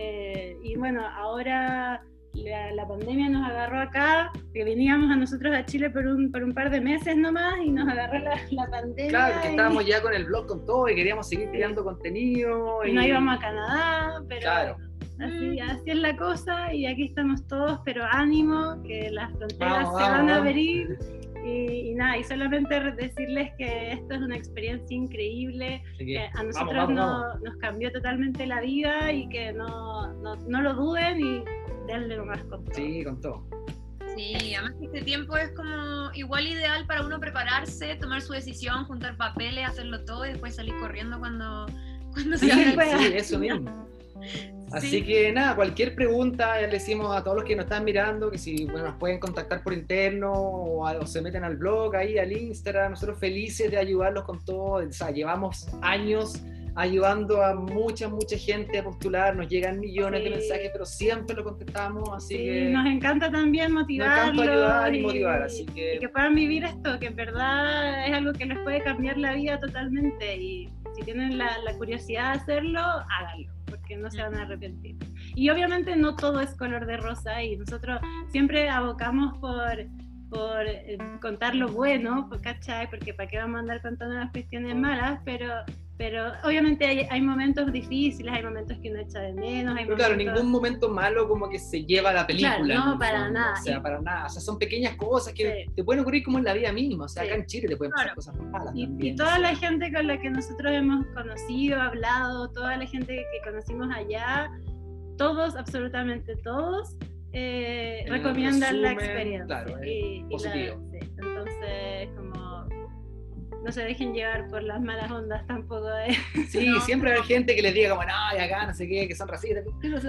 Y bueno, ahora la pandemia nos agarró acá, que veníamos a nosotros a Chile por un par de meses nomás y nos agarró la pandemia. Claro, que estábamos ya con el blog, con todo y queríamos seguir creando contenido. Y no íbamos a Canadá, pero claro. Así es la cosa y aquí estamos todos, pero ánimo, que las fronteras se van a abrir. Y nada, y solamente decirles que esto es una experiencia increíble, que a nosotros nos cambió totalmente la vida y que no lo duden y denle nomás con todo. Sí, con todo. Sí, además que este tiempo es como igual ideal para uno prepararse, tomar su decisión, juntar papeles, hacerlo todo y después salir corriendo cuando se haga. Sí, eso mismo. Así que nada, cualquier pregunta, ya le decimos a todos los que nos están mirando que si nos pueden contactar por interno o se meten al blog, ahí al Instagram, nosotros felices de ayudarlos con todo. O sea, llevamos años ayudando a mucha gente a postular, nos llegan millones de mensajes, pero siempre lo contestamos, así que... Nos encanta también motivarlos. Nos encanta ayudar y motivar, así que... Y que puedan vivir esto, que en verdad es algo que les puede cambiar la vida totalmente, y si tienen la curiosidad de hacerlo, háganlo, porque no se van a arrepentir. Y obviamente no todo es color de rosa, y nosotros siempre abocamos por contar lo bueno, ¿cachai? Porque para qué vamos a andar contando las cuestiones malas, pero obviamente hay momentos difíciles, hay momentos que uno echa de menos, pero claro, ningún momento malo como que se lleva a la película. Claro, no, para nada. O sea, para nada. O sea, son pequeñas cosas que te pueden ocurrir como en la vida misma. O sea, acá en Chile te pueden pasar cosas malas también. Y toda la gente con la que nosotros hemos conocido, hablado, toda la gente que conocimos allá, todos, absolutamente todos, recomiendan la experiencia. Claro, positivo. Entonces, como no se dejen llevar por las malas ondas tampoco de... Sí, no, siempre hay gente que les diga como, no, y acá no sé qué, que son racistas.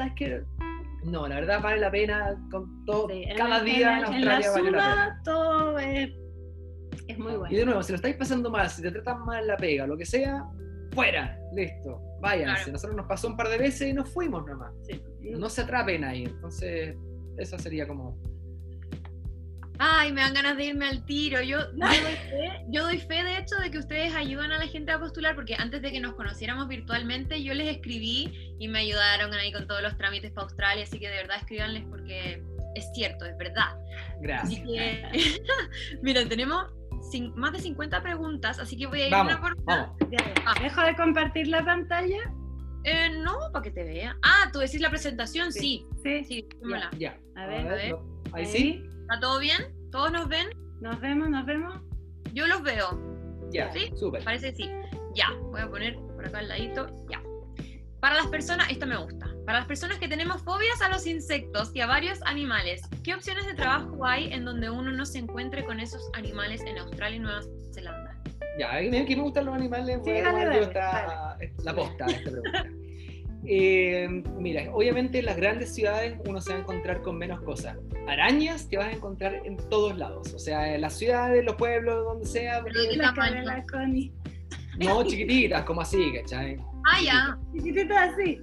No, la verdad vale la pena con todo, cada día en Australia vale la pena. Todo es muy bueno. Y de nuevo, si lo estáis pasando mal, si te tratan mal en la pega, lo que sea, fuera, listo, váyanse. Claro. Nosotros nos pasó un par de veces y nos fuimos nomás. Sí. No se atrapen ahí, entonces eso sería como... Ay, me dan ganas de irme al tiro. Yo doy fe, de hecho, de que ustedes ayudan a la gente a postular, porque antes de que nos conociéramos virtualmente, yo les escribí y me ayudaron ahí con todos los trámites para Australia, así que de verdad escríbanles porque es cierto, es verdad. Gracias. Así que, miren, tenemos más de 50 preguntas, así que voy a ir una por una. ¿Dejo de compartir la pantalla? No, para que te vea. Ah, tú decís la presentación, sí. Sí. Ya. A ver. No. Ahí sí. ¿Está todo bien? ¿Todos nos ven? Nos vemos. Yo los veo. Ya, ¿sí? Súper. Parece que sí. Ya, voy a poner por acá al ladito. Ya. Para las personas, esta me gusta. Para las personas que tenemos fobias a los insectos y a varios animales, ¿qué opciones de trabajo hay en donde uno no se encuentre con esos animales en Australia y Nueva Zelanda? Ya, a mí me gustan los animales. Sí, la posta de esta pregunta. Mira, obviamente en las grandes ciudades uno se va a encontrar con menos cosas. Arañas te vas a encontrar en todos lados, o sea, en las ciudades, los pueblos, donde sea. Pero ¿de qué tamaño? No, chiquititas, como así, ¿cachai? Ah, ya. Chiquititas así.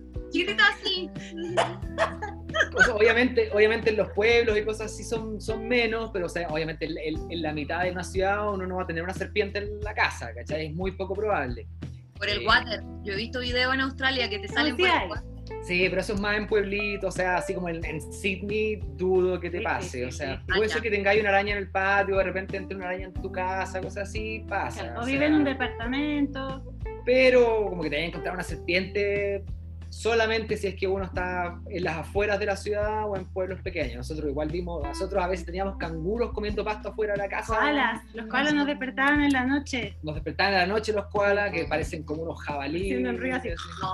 O sea, obviamente en los pueblos y cosas así son menos, pero o sea, obviamente en la mitad de una ciudad uno no va a tener una serpiente en la casa, ¿cachai? Es muy poco probable. Por el water. Yo he visto videos en Australia que te salen por el water. Sí, pero eso es más en pueblitos, o sea, así como en Sydney, dudo que te pase. O sea, puede ser que tengáis una araña en el patio, de repente entre una araña en tu casa, cosas así, pasa. Claro, o vive en un departamento. Pero como que te vayas a encontrar una serpiente solamente si es que uno está en las afueras de la ciudad o en pueblos pequeños. Nosotros a veces teníamos canguros comiendo pasto afuera de la casa. Los koalas nos despertaban en la noche. Nos despertaban en la noche los koalas, que parecen como unos jabalíes. Haciendo un ruido así.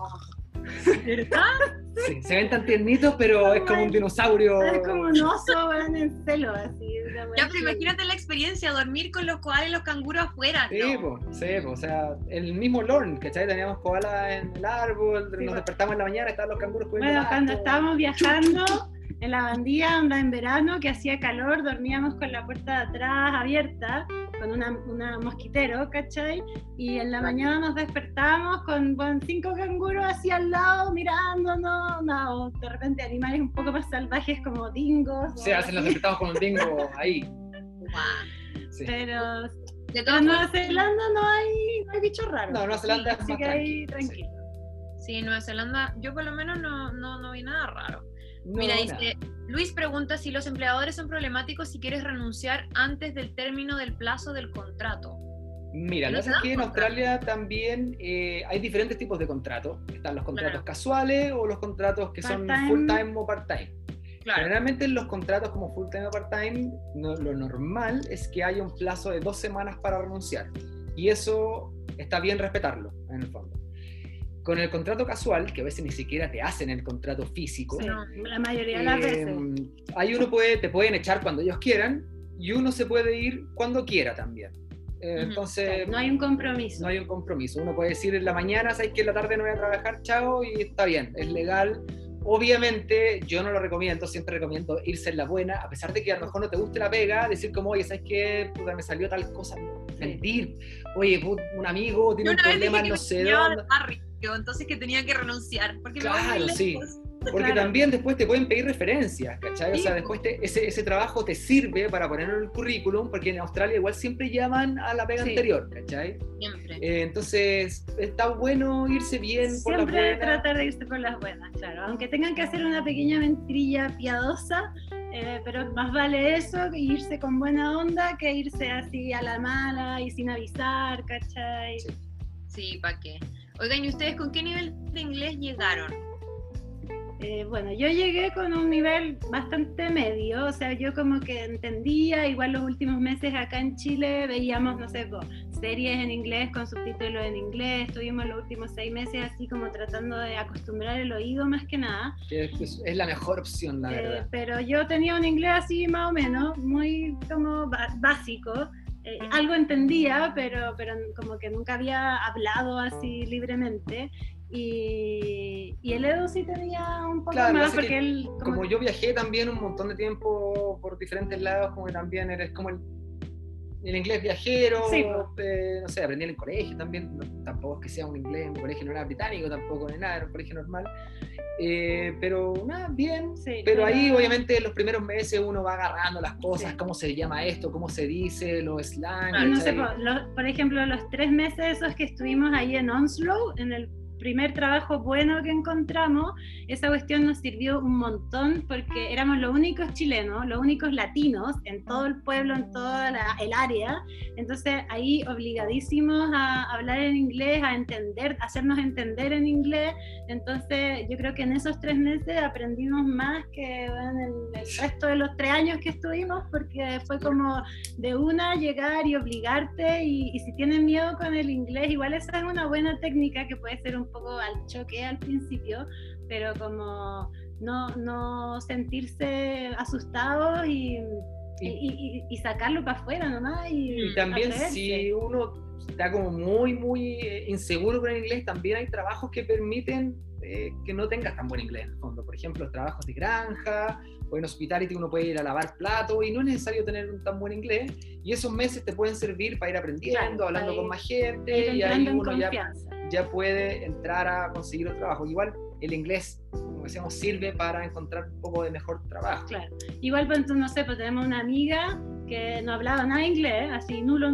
¿Verdad? Sí, se ven tan tiernitos, pero es como un dinosaurio. Es como un oso, van en celo, así. Ya, pero imagínate la experiencia, dormir con los koalas y los canguros afuera. Sí, ¿no? O sea, el mismo Lorne, ¿cachai? Teníamos koalas en el árbol, nos despertamos en la mañana, estaban los canguros comiendo. Bueno, cuando estábamos viajando en la bandía, onda en verano, que hacía calor, dormíamos con la puerta de atrás abierta, con una mosquitero, ¿cachai? Y en la mañana nos despertábamos con 5 canguros así al lado, mirándonos, o de repente animales un poco más salvajes como dingos. Sí, así nos despertamos con un dingo ahí. Wow. Sí. Pero en Nueva Zelanda no hay bichos raros. No, Nueva Zelanda es así más que ahí tranquilo. Sí, en Nueva Zelanda yo por lo menos no vi nada raro. No, mira, dice, Luis pregunta si los empleadores son problemáticos si quieres renunciar antes del término del plazo del contrato. Mira, lo que pasa es que en Australia también hay diferentes tipos de contratos. Están los contratos casuales o los contratos que son full-time o part-time. Claro. Generalmente en los contratos como full-time o part-time, lo normal es que haya un plazo de 2 semanas para renunciar. Y eso está bien respetarlo, en el fondo. Con el contrato casual, que a veces ni siquiera te hacen el contrato físico, sí, la mayoría de las veces. Ahí te pueden echar cuando ellos quieran y uno se puede ir cuando quiera también. Entonces, no hay un compromiso. No hay un compromiso. Uno puede decir en la mañana, sabes que en la tarde no voy a trabajar, chao, y está bien, es legal. Obviamente, yo no lo recomiendo, siempre recomiendo irse en la buena, a pesar de que a lo mejor no te guste la pega, decir como, oye, ¿sabes qué? Puta, me salió tal cosa, mentir. Oye, un amigo tiene un problema, no sé dónde. Entonces que tenía que renunciar. Porque claro, sí. Porque también después te pueden pedir referencias, ¿cachai? O sea, después ese trabajo te sirve para ponerlo en el currículum, porque en Australia igual siempre llaman a la pega anterior, ¿cachai? Siempre. Entonces, está bueno irse bien siempre por las buenas. Tratar de irse por las buenas, claro. Aunque tengan que hacer una pequeña mentirilla piadosa, pero más vale eso que irse con buena onda que irse así a la mala y sin avisar, ¿cachai? Sí, ¿para qué? Oigan, ¿y ustedes con qué nivel de inglés llegaron? Bueno, yo llegué con un nivel bastante medio, o sea, yo como que entendía, igual los últimos meses acá en Chile veíamos, no sé, series en inglés con subtítulos en inglés, estuvimos los últimos 6 meses así como tratando de acostumbrar el oído más que nada. Es la mejor opción, la verdad. Pero yo tenía un inglés así más o menos, muy como básico. Algo entendía, pero como que nunca había hablado así libremente. Y el Edu sí tenía un poco más, porque él... Como yo viajé también un montón de tiempo por diferentes lados, como que también eres como el inglés viajero, sí, no sé, aprendí en el colegio también, tampoco es que sea un inglés, en mi colegio no era británico tampoco, ni nada, era un colegio normal, pero nada, bien, sí, pero ahí obviamente en los primeros meses uno va agarrando las cosas, cómo se llama esto, cómo se dice, los slang. Y no sé, por ejemplo, los 3 meses esos que estuvimos ahí en Onslow, en el primer trabajo bueno que encontramos, esa cuestión nos sirvió un montón porque éramos los únicos chilenos, los únicos latinos en todo el pueblo, en toda el área, entonces ahí obligadísimos a hablar en inglés, a entender, a hacernos entender en inglés, entonces yo creo que en esos 3 meses aprendimos más que en el resto de los 3 años que estuvimos, porque fue como de una llegar y obligarte, y si tienen miedo con el inglés, igual esa es una buena técnica que puede ser un poco al choque al principio, pero como no sentirse asustados y sacarlo para afuera nomás. Y también atreverse. Si uno está como muy inseguro con el inglés, también hay trabajos que permiten que no tengas tan buen inglés en el fondo. Por ejemplo, los trabajos de granja o en hospitality uno puede ir a lavar platos y no es necesario tener un tan buen inglés, y esos meses te pueden servir para ir aprendiendo, hablando con más gente, y ahí uno ya puede entrar a conseguir un trabajo. Igual el inglés, como decíamos, sirve para encontrar un poco de mejor trabajo. Claro. Igual, pues, no sé, pues tenemos una amiga que no hablaba nada de inglés, así nulo,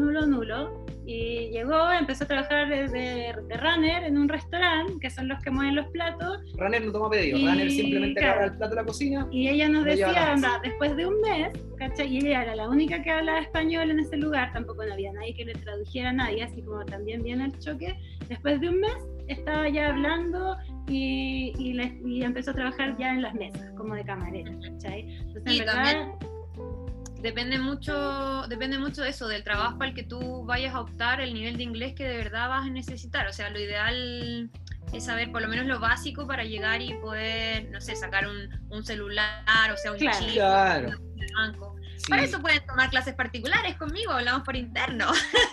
y llegó, empezó a trabajar de runner en un restaurante, que son los que mueven los platos. Runner no toma pedido, runner simplemente agarra el plato de la cocina. Y ella nos decía, anda, después de un mes, ¿cachai? Y ella era la única que hablaba español en ese lugar, tampoco no había nadie que le tradujera a nadie, así como también viene el choque. Después de un mes estaba ya hablando y empezó a trabajar ya en las mesas, como de camarera, ¿cachai? Entonces, y en verdad... Depende mucho de eso, del trabajo al que tú vayas a optar, el nivel de inglés que de verdad vas a necesitar. O sea, lo ideal es saber por lo menos lo básico para llegar y poder, no sé, sacar un celular, o sea, un chip, un banco. Sí. Para eso pueden tomar clases particulares conmigo, hablamos por interno.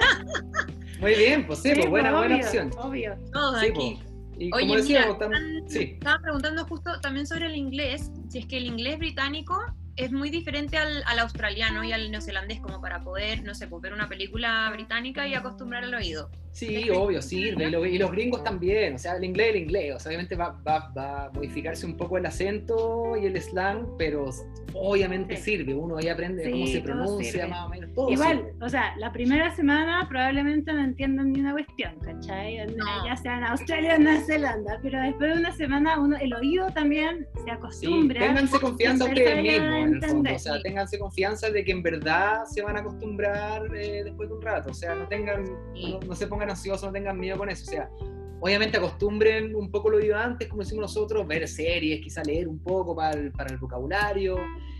Muy bien, pues sí, pues buena opción. Obvio. Todos sí, aquí. Y como oye, decíamos, estaba preguntando justo también sobre el inglés, si es que el inglés británico es muy diferente al australiano y al neozelandés, como para poder, no sé, pues, ver una película británica y acostumbrar al oído. Sí, obvio, sirve. Y los gringos también, o sea, el inglés. O sea, obviamente va a modificarse un poco el acento y el slang, pero obviamente sirve. Uno ahí aprende cómo se pronuncia, más o menos. Todo igual, sirve. O sea, la primera semana probablemente no entiendan ni una cuestión, ¿cachai? No. Ya sea en Australia o en Nueva Zelanda, pero después de una semana el oído también se acostumbra. Sí, ténganse confianza ustedes mismos, en el fondo. O sea, ténganse confianza de que en verdad se van a acostumbrar después de un rato. O sea, no se pongan ansiosos, no tengan miedo con eso. O sea, obviamente acostumbren un poco lo oído antes, como decimos nosotros, ver series, quizá leer un poco para el vocabulario,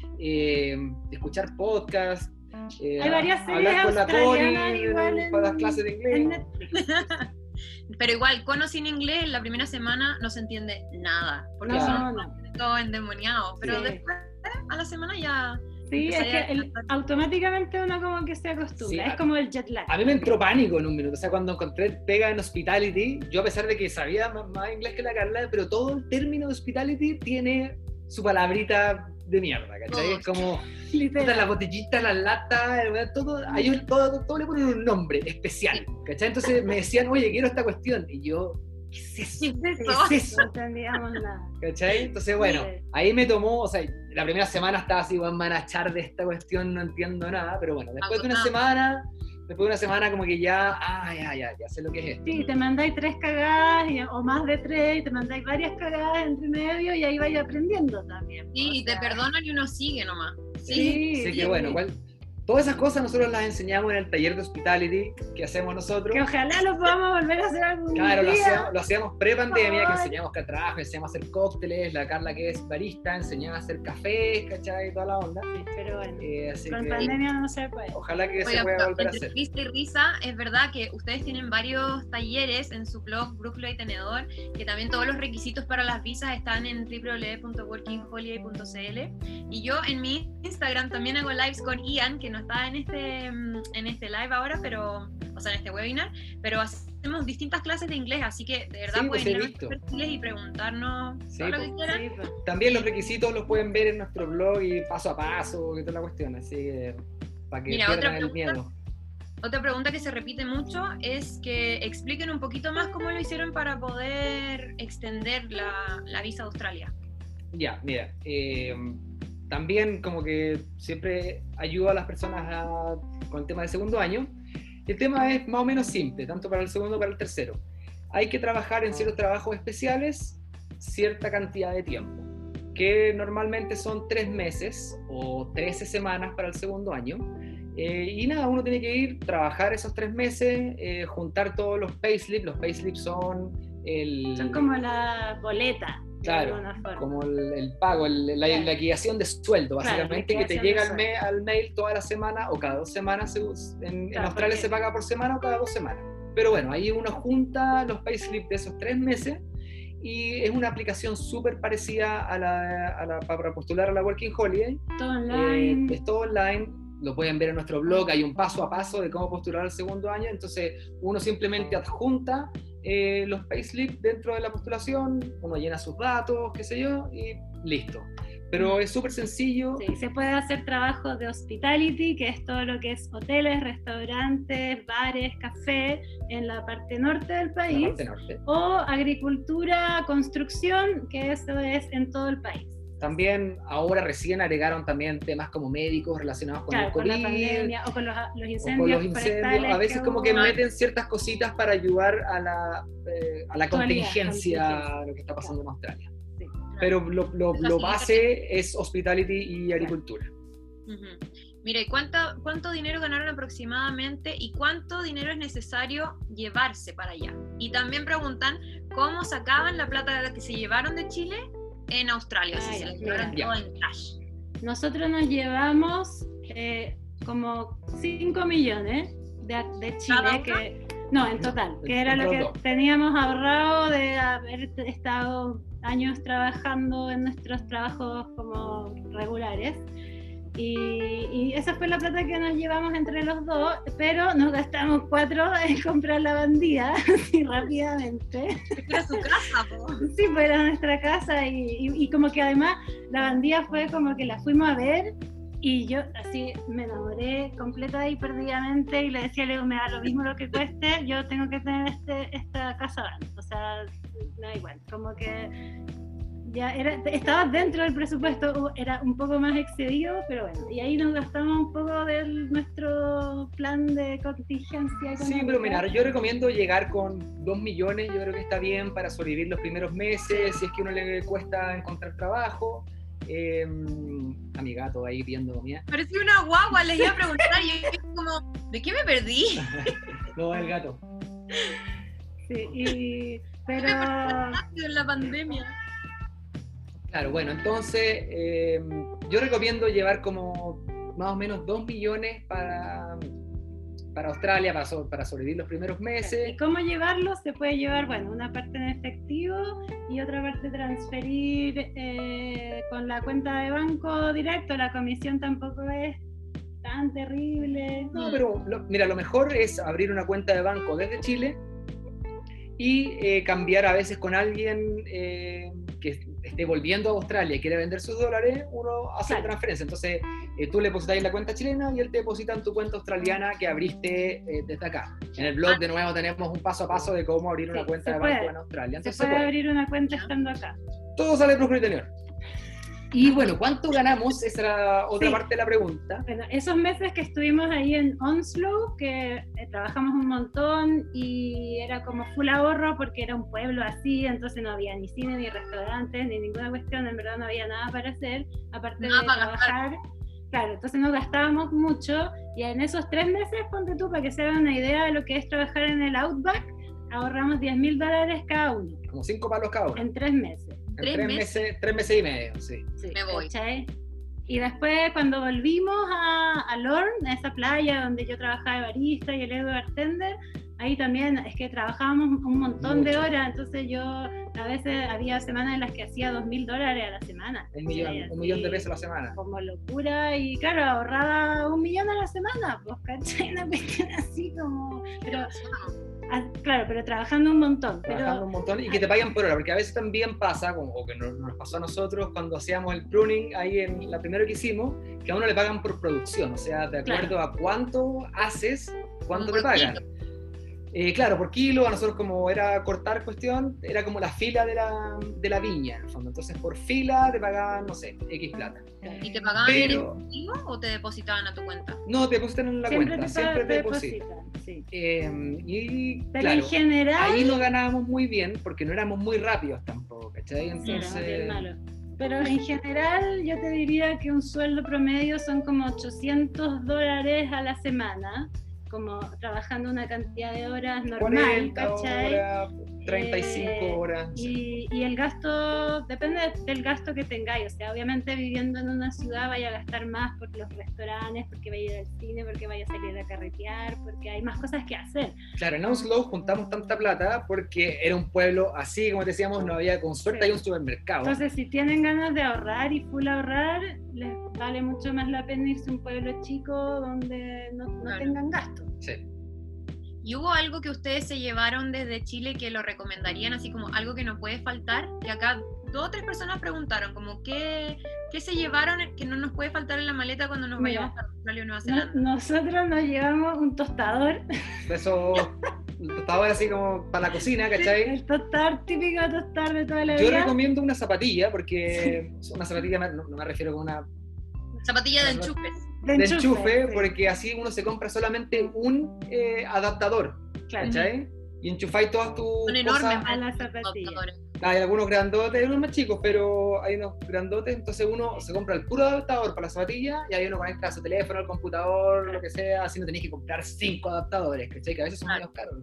escuchar podcasts. Hay varias series hablar con la Cori igual para las clases de inglés. Pero igual, con o sin inglés, la primera semana no se entiende nada, porque son todo endemoniados, pero después, a la semana ya... Sí, es que automáticamente uno como que se acostumbra, es como el jet lag. A mí me entró pánico en un minuto, o sea, cuando encontré pega en hospitality, yo a pesar de que sabía más inglés que la Carla, pero todo el término de hospitality tiene su palabrita de mierda, ¿cachai? Es como las botellitas, las latas, todo le ponen un nombre especial, ¿cachai? Entonces me decían, oye, quiero esta cuestión, y yo... ¿Qué es eso? ¿Qué es eso? No entendíamos nada. ¿Cachai? Entonces, bueno, ahí me tomó, o sea, la primera semana estaba así, voy a manachar de esta cuestión, no entiendo nada, pero bueno, después de una semana después de una semana como que ya sé lo que es esto. Sí, te mandáis 3 cagadas o más de 3, y te mandáis varias cagadas entre medio y ahí vais aprendiendo también. Sí, y te perdonan y uno sigue nomás. Sí, que bueno, todas esas cosas nosotros las enseñamos en el taller de Hospitality que hacemos nosotros. Que ojalá lo podamos volver a hacer algún día. Claro, lo hacíamos pre-pandemia, que enseñamos trabajo, enseñamos a hacer cócteles, la Carla que es barista enseñaba a hacer cafés, ¿cachai? Toda la onda. Sí, pero bueno, así con que, pandemia no se puede. Ojalá que se pueda volver a entre hacer. risa y risa, es verdad que ustedes tienen varios talleres en su blog Brújula y Tenedor, que también todos los requisitos para las visas están en www.workingholiday.cl, y yo en mi Instagram también hago lives con Ian, que no está en este live ahora, pero, o sea, en este webinar, pero hacemos distintas clases de inglés, así que de verdad pueden ir a nuestros perfiles y preguntarnos todo lo que quieran. Sí, también los requisitos los pueden ver en nuestro blog y paso a paso, que toda la cuestión, así que para que pierdan el miedo. Otra pregunta que se repite mucho es que expliquen un poquito más cómo lo hicieron para poder extender la visa a Australia. Ya, mira, también como que siempre ayuda a las personas con el tema del segundo año. Y el tema es más o menos simple, tanto para el segundo como para el tercero. Hay que trabajar en ciertos trabajos especiales cierta cantidad de tiempo, que normalmente son 3 meses o 13 semanas para el segundo año. Y nada, uno tiene que ir, trabajar esos 3 meses, juntar todos los payslips. Los payslips son como la boleta. Claro, como el pago, la liquidación de sueldo, básicamente, claro, que te llega al mail toda la semana o cada 2 semanas. En Australia se paga por semana o cada 2 semanas. Pero bueno, ahí uno junta los payslips de esos 3 meses y es una aplicación súper parecida para postular a la Working Holiday. Todo online. Es todo online. Lo pueden ver en nuestro blog, hay un paso a paso de cómo postular al segundo año. Entonces uno simplemente adjunta los payslips dentro de la postulación, uno llena sus datos, qué sé yo, y listo. Pero es súper sencillo. Sí, se puede hacer trabajo de hospitality, que es todo lo que es hoteles, restaurantes, bares, café, en la parte norte del país. La parte norte. O agricultura, construcción, que eso es en todo el país. También ahora recién agregaron también temas como médicos relacionados con el COVID, con la pandemia, o con los incendios. A veces como que meten ciertas cositas para ayudar a la contingencia de lo que está pasando en Australia. Sí. Pero lo base es hospitality y agricultura. Uh-huh. Mira, ¿y cuánto dinero ganaron aproximadamente y cuánto dinero es necesario llevarse para allá? Y también preguntan cómo sacaban la plata que se llevaron de Chile en Australia, si se les llevaron todo en cash. Nosotros nos llevamos como 5 millones de Chile, en total, que era lo que teníamos ahorrado de haber estado años trabajando en nuestros trabajos como regulares. Y esa fue la plata que nos llevamos entre los dos, pero nos gastamos 4 en comprar la bandía así rápidamente. Era su casa, po. Sí, pues era nuestra casa y como que además la bandía fue como que la fuimos a ver y yo así me enamoré completa y perdidamente y le decía, me da lo mismo lo que cueste, yo tengo que tener esta casa van. O sea, no da igual, como que ya estaba dentro del presupuesto, era un poco más excedido, pero bueno, y ahí nos gastamos un poco de nuestro plan de contingencia económica. Sí, pero mira, yo recomiendo llegar con 2 millones, yo creo que está bien para sobrevivir los primeros meses, si es que a uno le cuesta encontrar trabajo. A mi gato ahí pidiendo comida. Parecía una guagua, les iba a preguntar y yo como, ¿de qué me perdí? No, el gato. Sí, pero en la pandemia. Claro, bueno, entonces yo recomiendo llevar como más o menos 2 millones para Australia, para sobrevivir los primeros meses. ¿Y cómo llevarlo? Se puede llevar, una parte en efectivo y otra parte transferir con la cuenta de banco directo. La comisión tampoco es tan terrible. No, pero mira, lo mejor es abrir una cuenta de banco desde Chile y cambiar a veces con alguien que esté volviendo a Australia y quiere vender sus dólares, uno hace la transferencia. Entonces tú le depositas en la cuenta chilena y él te deposita en tu cuenta australiana que abriste desde acá. En el blog de nuevo tenemos un paso a paso de cómo abrir una cuenta de banco en Australia. Entonces, se puede abrir una cuenta estando acá. Todo sale Brújula y Tenedor. Y bueno, ¿cuánto ganamos? Esa era otra Sí. parte de la pregunta. Bueno, esos meses que estuvimos ahí en Onslow, que trabajamos un montón y era como full ahorro porque era un pueblo así, entonces no había ni cine, ni restaurantes, ni ninguna cuestión, en verdad no había nada para hacer, aparte Nada de para trabajar. Claro, entonces no gastábamos mucho y en esos 3 meses, ponte tú, para que se hagan una idea de lo que es trabajar en el Outback, ahorramos $10,000 cada uno, Como 5 palos cada uno. en 3 meses. En 3 3 meses. 3 meses y medio, sí. Sí, Me voy. ¿cachai? Y después cuando volvimos a Lorne, a esa playa donde yo trabajaba de barista y el Edu bartender, ahí también es que trabajábamos un montón de Mucho. horas, entonces yo a veces había semanas en las que hacía $2,000 a la semana. Un millón de pesos a la semana. Como locura y claro, ahorraba $1,000,000 a la semana, pues, ¿cachai? Una cuestión así como... Pero, claro, pero trabajando un montón. Trabajando un montón y que te paguen por hora, porque a veces también pasa, o que nos pasó a nosotros cuando hacíamos el pruning ahí en la primera que hicimos, que a uno le pagan por producción, o sea, de acuerdo a cuánto haces, cuánto te pagan. Claro, por kilo, a nosotros como era cortar cuestión, era como la fila de la viña, en el fondo. Entonces por fila te pagaban, no sé, X plata. ¿Y te pagaban Pero- en efectivo o te depositaban a tu cuenta? No, te depositan en la cuenta, siempre te depositan. sí. Y Pero claro, en general... ahí no ganábamos muy bien porque no éramos muy rápidos tampoco, ¿cachai? Sí, era Entonces, bien malo. Pero en general yo te diría que un sueldo promedio son como $800 a la semana, como trabajando una cantidad de horas normal, 40 ¿cachai? horas, 35 horas. Y el gasto, depende del gasto que tengáis, o sea, obviamente viviendo en una ciudad vaya a gastar más por los restaurantes, porque vaya a ir al cine, porque vaya a salir a carretear, porque hay más cosas que hacer. Claro, en Onslow juntamos tanta plata porque era un pueblo así, como te decíamos, no había, con suerte hay un supermercado. Entonces, si tienen ganas de ahorrar y full ahorrar, les vale mucho más la pena irse a un pueblo chico donde no Claro. tengan gasto. Sí. ¿Y hubo algo que ustedes se llevaron desde Chile que lo recomendarían, así como algo que no puede faltar? Que acá 2 o 3 personas preguntaron, como ¿qué se llevaron que no nos puede faltar en la maleta cuando nos Mira, vayamos a Australia o Nueva Zelanda? Nosotros nos llevamos un tostador, Eso, el tostador así como para la cocina, ¿cachai? el tostador típico tostador de toda la Yo vida. recomiendo una zapatilla, porque una zapatilla no me refiero con una Zapatilla de enchufes. de enchufe, sí. porque así uno se compra solamente un adaptador, Claro, ¿cachai? Y enchufáis todas tus Son enormes. cosas. a la zapatilla. Adaptadores. Hay algunos grandotes, hay unos más chicos, pero hay unos grandotes, entonces uno se compra el puro adaptador para la zapatilla y ahí uno conecta su teléfono, el computador, lo que sea, así no tenéis que comprar 5 adaptadores, ¿cachai? Que a veces son menos caros.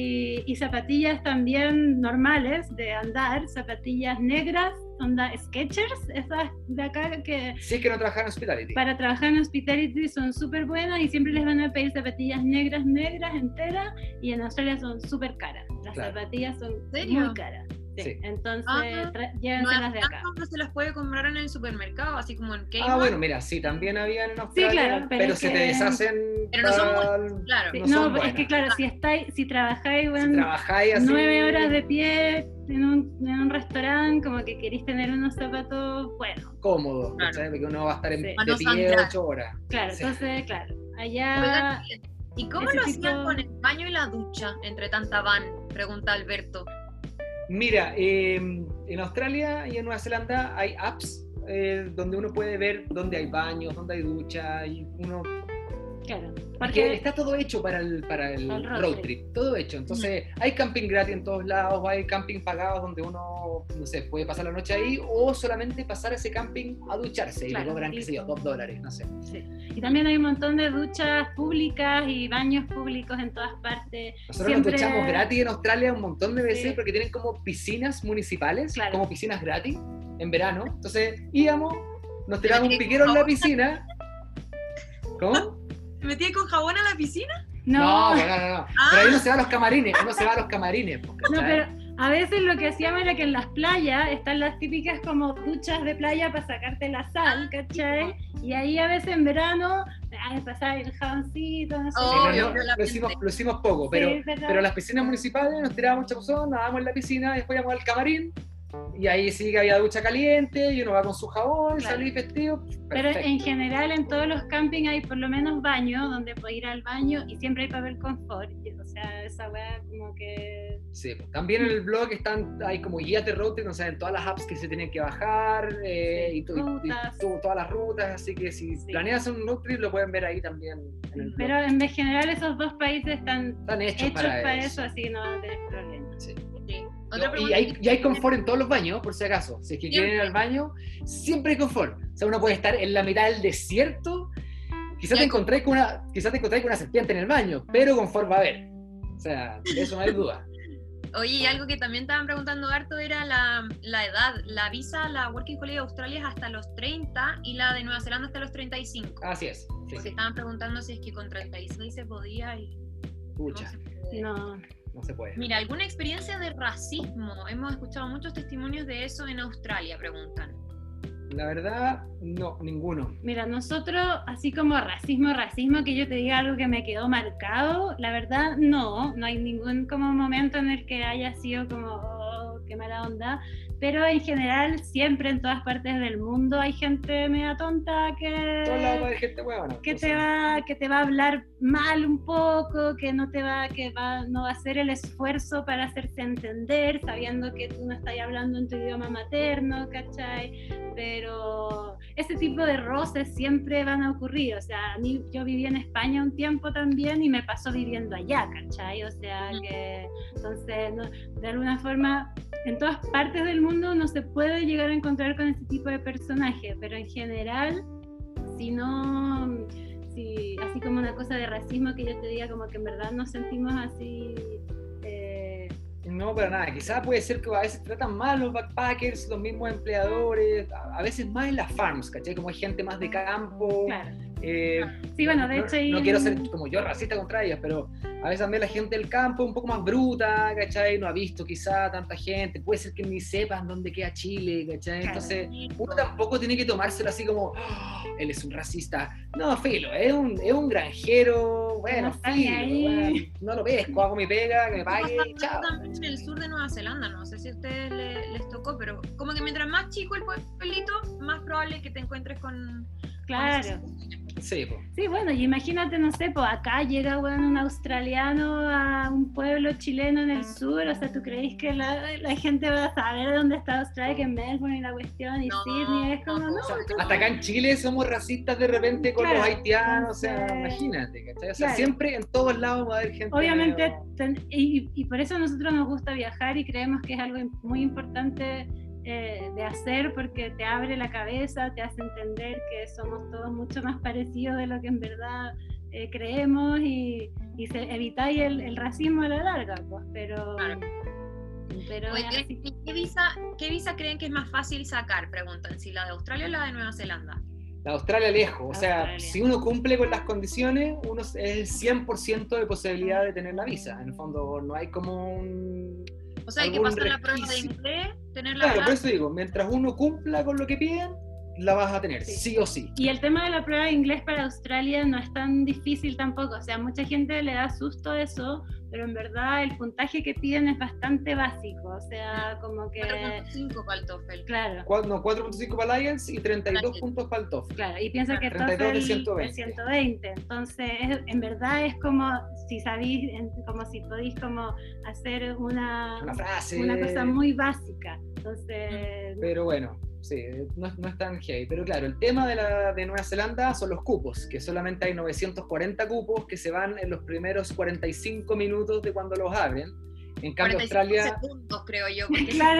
Y zapatillas también normales de andar, zapatillas negras, onda Skechers, esas de acá que Si es que no trabajan en hospitality. para trabajar en hospitality son súper buenas y siempre les van a pedir zapatillas negras enteras y en Australia son súper caras. Las Claro. zapatillas son serio? muy caras. Sí. Sí. Entonces, No llévenselas de acá. no se las puede comprar en el supermercado, así como en Kmart. Ah, bueno, mira, sí, también habían en Australia, claro, pero es se te que- deshacen. Pero no son para- Claro. Sí, no no, son es buenas. que claro, si trabajáis Si bueno, trabajáis así. 9 horas de pie en un restaurante, como que queréis tener unos zapatos buenos. Cómodo, Claro. ¿cachai? Porque uno va a estar Sí. de Para no pie sangrar. 8 horas. Claro, Sí. entonces, claro, allá... Oigan, ¿y cómo ese lo hacían tipo- con el baño y la ducha entre tanta van? Pregunta Alberto. Mira, en Australia y en Nueva Zelanda hay apps donde uno puede ver dónde hay baños, dónde hay ducha, y uno... Claro, Porque porque está todo hecho para el El road road trip, todo hecho. Entonces, hay camping gratis en todos lados, hay camping pagados donde uno, no sé, puede pasar la noche ahí o solamente pasar ese camping a ducharse y Claro, le cobran, sí. qué sé yo, $2, no sé. sí. Y también hay un montón de duchas públicas y baños públicos en todas partes. Nosotros Siempre- nos duchamos gratis en Australia un montón de veces Sí. porque tienen como piscinas municipales, Claro. como piscinas gratis en verano. Entonces, íbamos, nos tirábamos un metí piquero en la jabón. piscina. ¿Cómo? ¿Me metí con jabón a la piscina? No, pues no. Pero ahí uno se va a los camarines, pues, no, ¿cachai? pero a veces lo que hacíamos era que en las playas están las típicas como duchas de playa para sacarte la sal, ¿cachai? Y ahí a veces en verano pasaba el jaboncito, no sé. Sí, Oh, no, yo no, por la lo hicimos poco, pero, Sí, es verdad. pero las piscinas municipales nos tirábamos mucha pozón, nadábamos en la piscina, después íbamos al camarín Y ahí sí que había ducha caliente y uno va con su jabón, Claro. salí vestido. Pero en Perfecto. general en todos los campings hay por lo menos baño, donde puedes ir al baño y siempre hay papel confort. O sea, esa weá como que... Sí, pues, también en el blog hay como guías de road trip, o sea, en todas las apps que se tienen que bajar rutas. todas las rutas, así que si planeas un road trip lo pueden ver ahí también en el blog. Pero en general esos dos países están Hechos para eso, así que no van a tener problemas. Sí. Sí. Otra Y pregunta hay confort en todos los baños, por si acaso. Si es que quieren ir al baño, siempre hay confort. O sea, uno puede estar en la mitad del desierto, quizás te encontráis con una serpiente en el baño, pero confort va a haber. O sea, de eso no hay duda. Oye, y algo que también estaban preguntando harto era la edad. La visa, la Working Holiday de Australia es hasta los 30 y la de Nueva Zelanda hasta los 35. Así es. Sí, Porque sí. estaban preguntando si es que con 36 se podía y Pucha, no se puede. no se puede. Mira, ¿alguna experiencia de racismo? Hemos escuchado muchos testimonios de eso en Australia, preguntan. La verdad, no, ninguno. Mira, nosotros, así como racismo, que yo te diga algo que me quedó marcado, la verdad no hay ningún como momento en el que haya sido como, oh, qué mala onda, pero en general siempre en todas partes del mundo hay gente media tonta Todos lados va a haber gente huevona. que te va a hablar mal un poco, que no va a hacer el esfuerzo para hacerse entender, sabiendo que tú no estás hablando en tu idioma materno, ¿cachai? Pero ese tipo de roces siempre van a ocurrir. O sea, yo viví en España un tiempo también y me pasó viviendo allá, ¿cachai? O sea, que entonces, de alguna forma, en todas partes del mundo no se puede llegar a encontrar con ese tipo de personaje, pero en general, así como una cosa de racismo que yo te diga como que en verdad nos sentimos así... No, para nada. Quizás puede ser que a veces tratan mal los backpackers, los mismos empleadores, a veces más en las farms, ¿cachai? Como hay gente más de campo. Claro. Sí, bueno, de hecho... No quiero ser como yo racista contra ellas, pero a veces también la gente del campo es un poco más bruta, ¿cachai? No ha visto quizá tanta gente, puede ser que ni sepan dónde queda Chile, ¿cachai? Claro. Entonces uno tampoco tiene que tomárselo así como, "Oh, él es un racista". No, filo, es un granjero, bueno, No está filo, ahí. bueno, no lo pesco, hago mi pega, que me pague, chao. También en el sur de Nueva Zelanda, no sé si a ustedes les tocó, pero como que mientras más chico el pueblito, más probable que te encuentres con... Claro. Sí, pues. Sí, bueno, y imagínate, no sé, pues acá llega bueno, un australiano a un pueblo chileno en el sur, o sea, ¿tú crees que la gente va a saber dónde está Australia, que en Melbourne y la cuestión, y No, Sydney? Es como, no, O sea, hasta acá en Chile somos racistas de repente con Claro, los haitianos, o sea, entonces, imagínate, ¿cachai? O sea, claro. siempre en todos lados va a haber gente. obviamente, y por eso a nosotros nos gusta viajar y creemos que es algo muy importante de hacer, porque te abre la cabeza, te hace entender que somos todos mucho más parecidos de lo que en verdad creemos y evitáis el racismo a la larga, pues, pero... Claro. Pero Oye, es así. ¿qué visa creen que es más fácil sacar? Preguntan, si la de Australia o la de Nueva Zelanda. La Australia lejos, o sea, Australia. si uno cumple con las condiciones, uno es el 100% de posibilidad de tener la visa. En el fondo, no hay como un... O sea, hay que algún pasar la prueba de requisito. inglés, tener la Claro, por plata. eso digo, mientras uno cumpla con lo que piden, la vas a tener, Sí. sí o sí. Y el tema de la prueba de inglés para Australia no es tan difícil tampoco, o sea, mucha gente le da susto a eso, pero en verdad el puntaje que piden es bastante básico, o sea, como que... 4.5 para el TOEFL. Claro, 4.5 para Lions y 32 Gracias. puntos para el TOEFL. claro, y piensa que 32 de TOEFL 120. es 120, entonces en verdad es como si sabéis, como si podéis como hacer Una frase. una cosa muy básica, entonces... Pero bueno, sí, no es tan heavy. Pero claro, el tema de Nueva Zelanda son los cupos, que solamente hay 940 cupos que se van en los primeros 45 minutos de cuando los abren. En cambio, 45 Australia... segundos, creo yo. Porque Claro,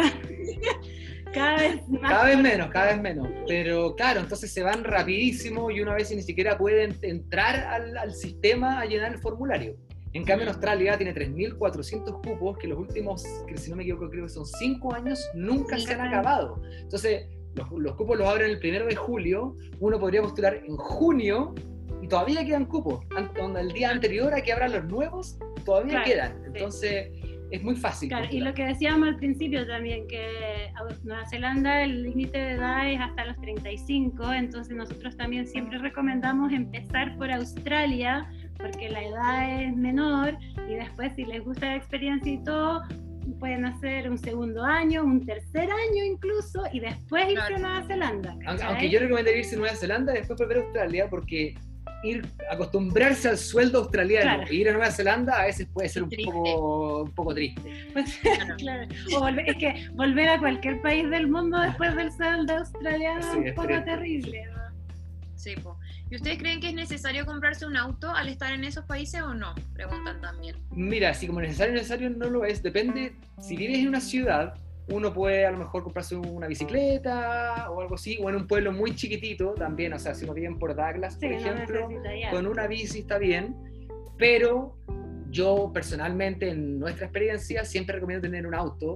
cada vez más. Cada vez menos. Pero claro, entonces se van rapidísimo y una vez ni siquiera pueden entrar al sistema a llenar el formulario. En cambio, en Australia tiene 3.400 cupos que los últimos, que si no me equivoco, creo que son 5 años, nunca se han acabado. Entonces, los cupos los abren el 1 de julio, uno podría postular en junio y todavía quedan cupos. El día anterior a que abran los nuevos, todavía Claro, quedan. sí. Entonces, es muy fácil. Claro, y postular. lo que decíamos al principio también, que Nueva Zelanda el límite de edad es hasta los 35, entonces nosotros también siempre recomendamos empezar por Australia, porque la edad es menor, y después si les gusta la experiencia y todo, pueden hacer un segundo año, un tercer año incluso, y después irse a Nueva Zelanda. Aunque yo recomendaría irse a Nueva Zelanda y después volver a Australia, porque acostumbrarse al sueldo australiano e ir a Nueva Zelanda a veces puede ser un poco triste. Pues, claro. Es que volver a cualquier país del mundo después del sueldo australiano es un poco terrible, ¿no? Sí, pues. ¿Y ustedes creen que es necesario comprarse un auto al estar en esos países o no? Preguntan también. Mira, si como necesario no lo es, depende. Si vives en una ciudad, uno puede a lo mejor comprarse una bicicleta o algo así, o en un pueblo muy chiquitito también, o sea, si uno vive en Port Douglas, por ejemplo, con una bici está bien, pero yo personalmente, en nuestra experiencia, siempre recomiendo tener un auto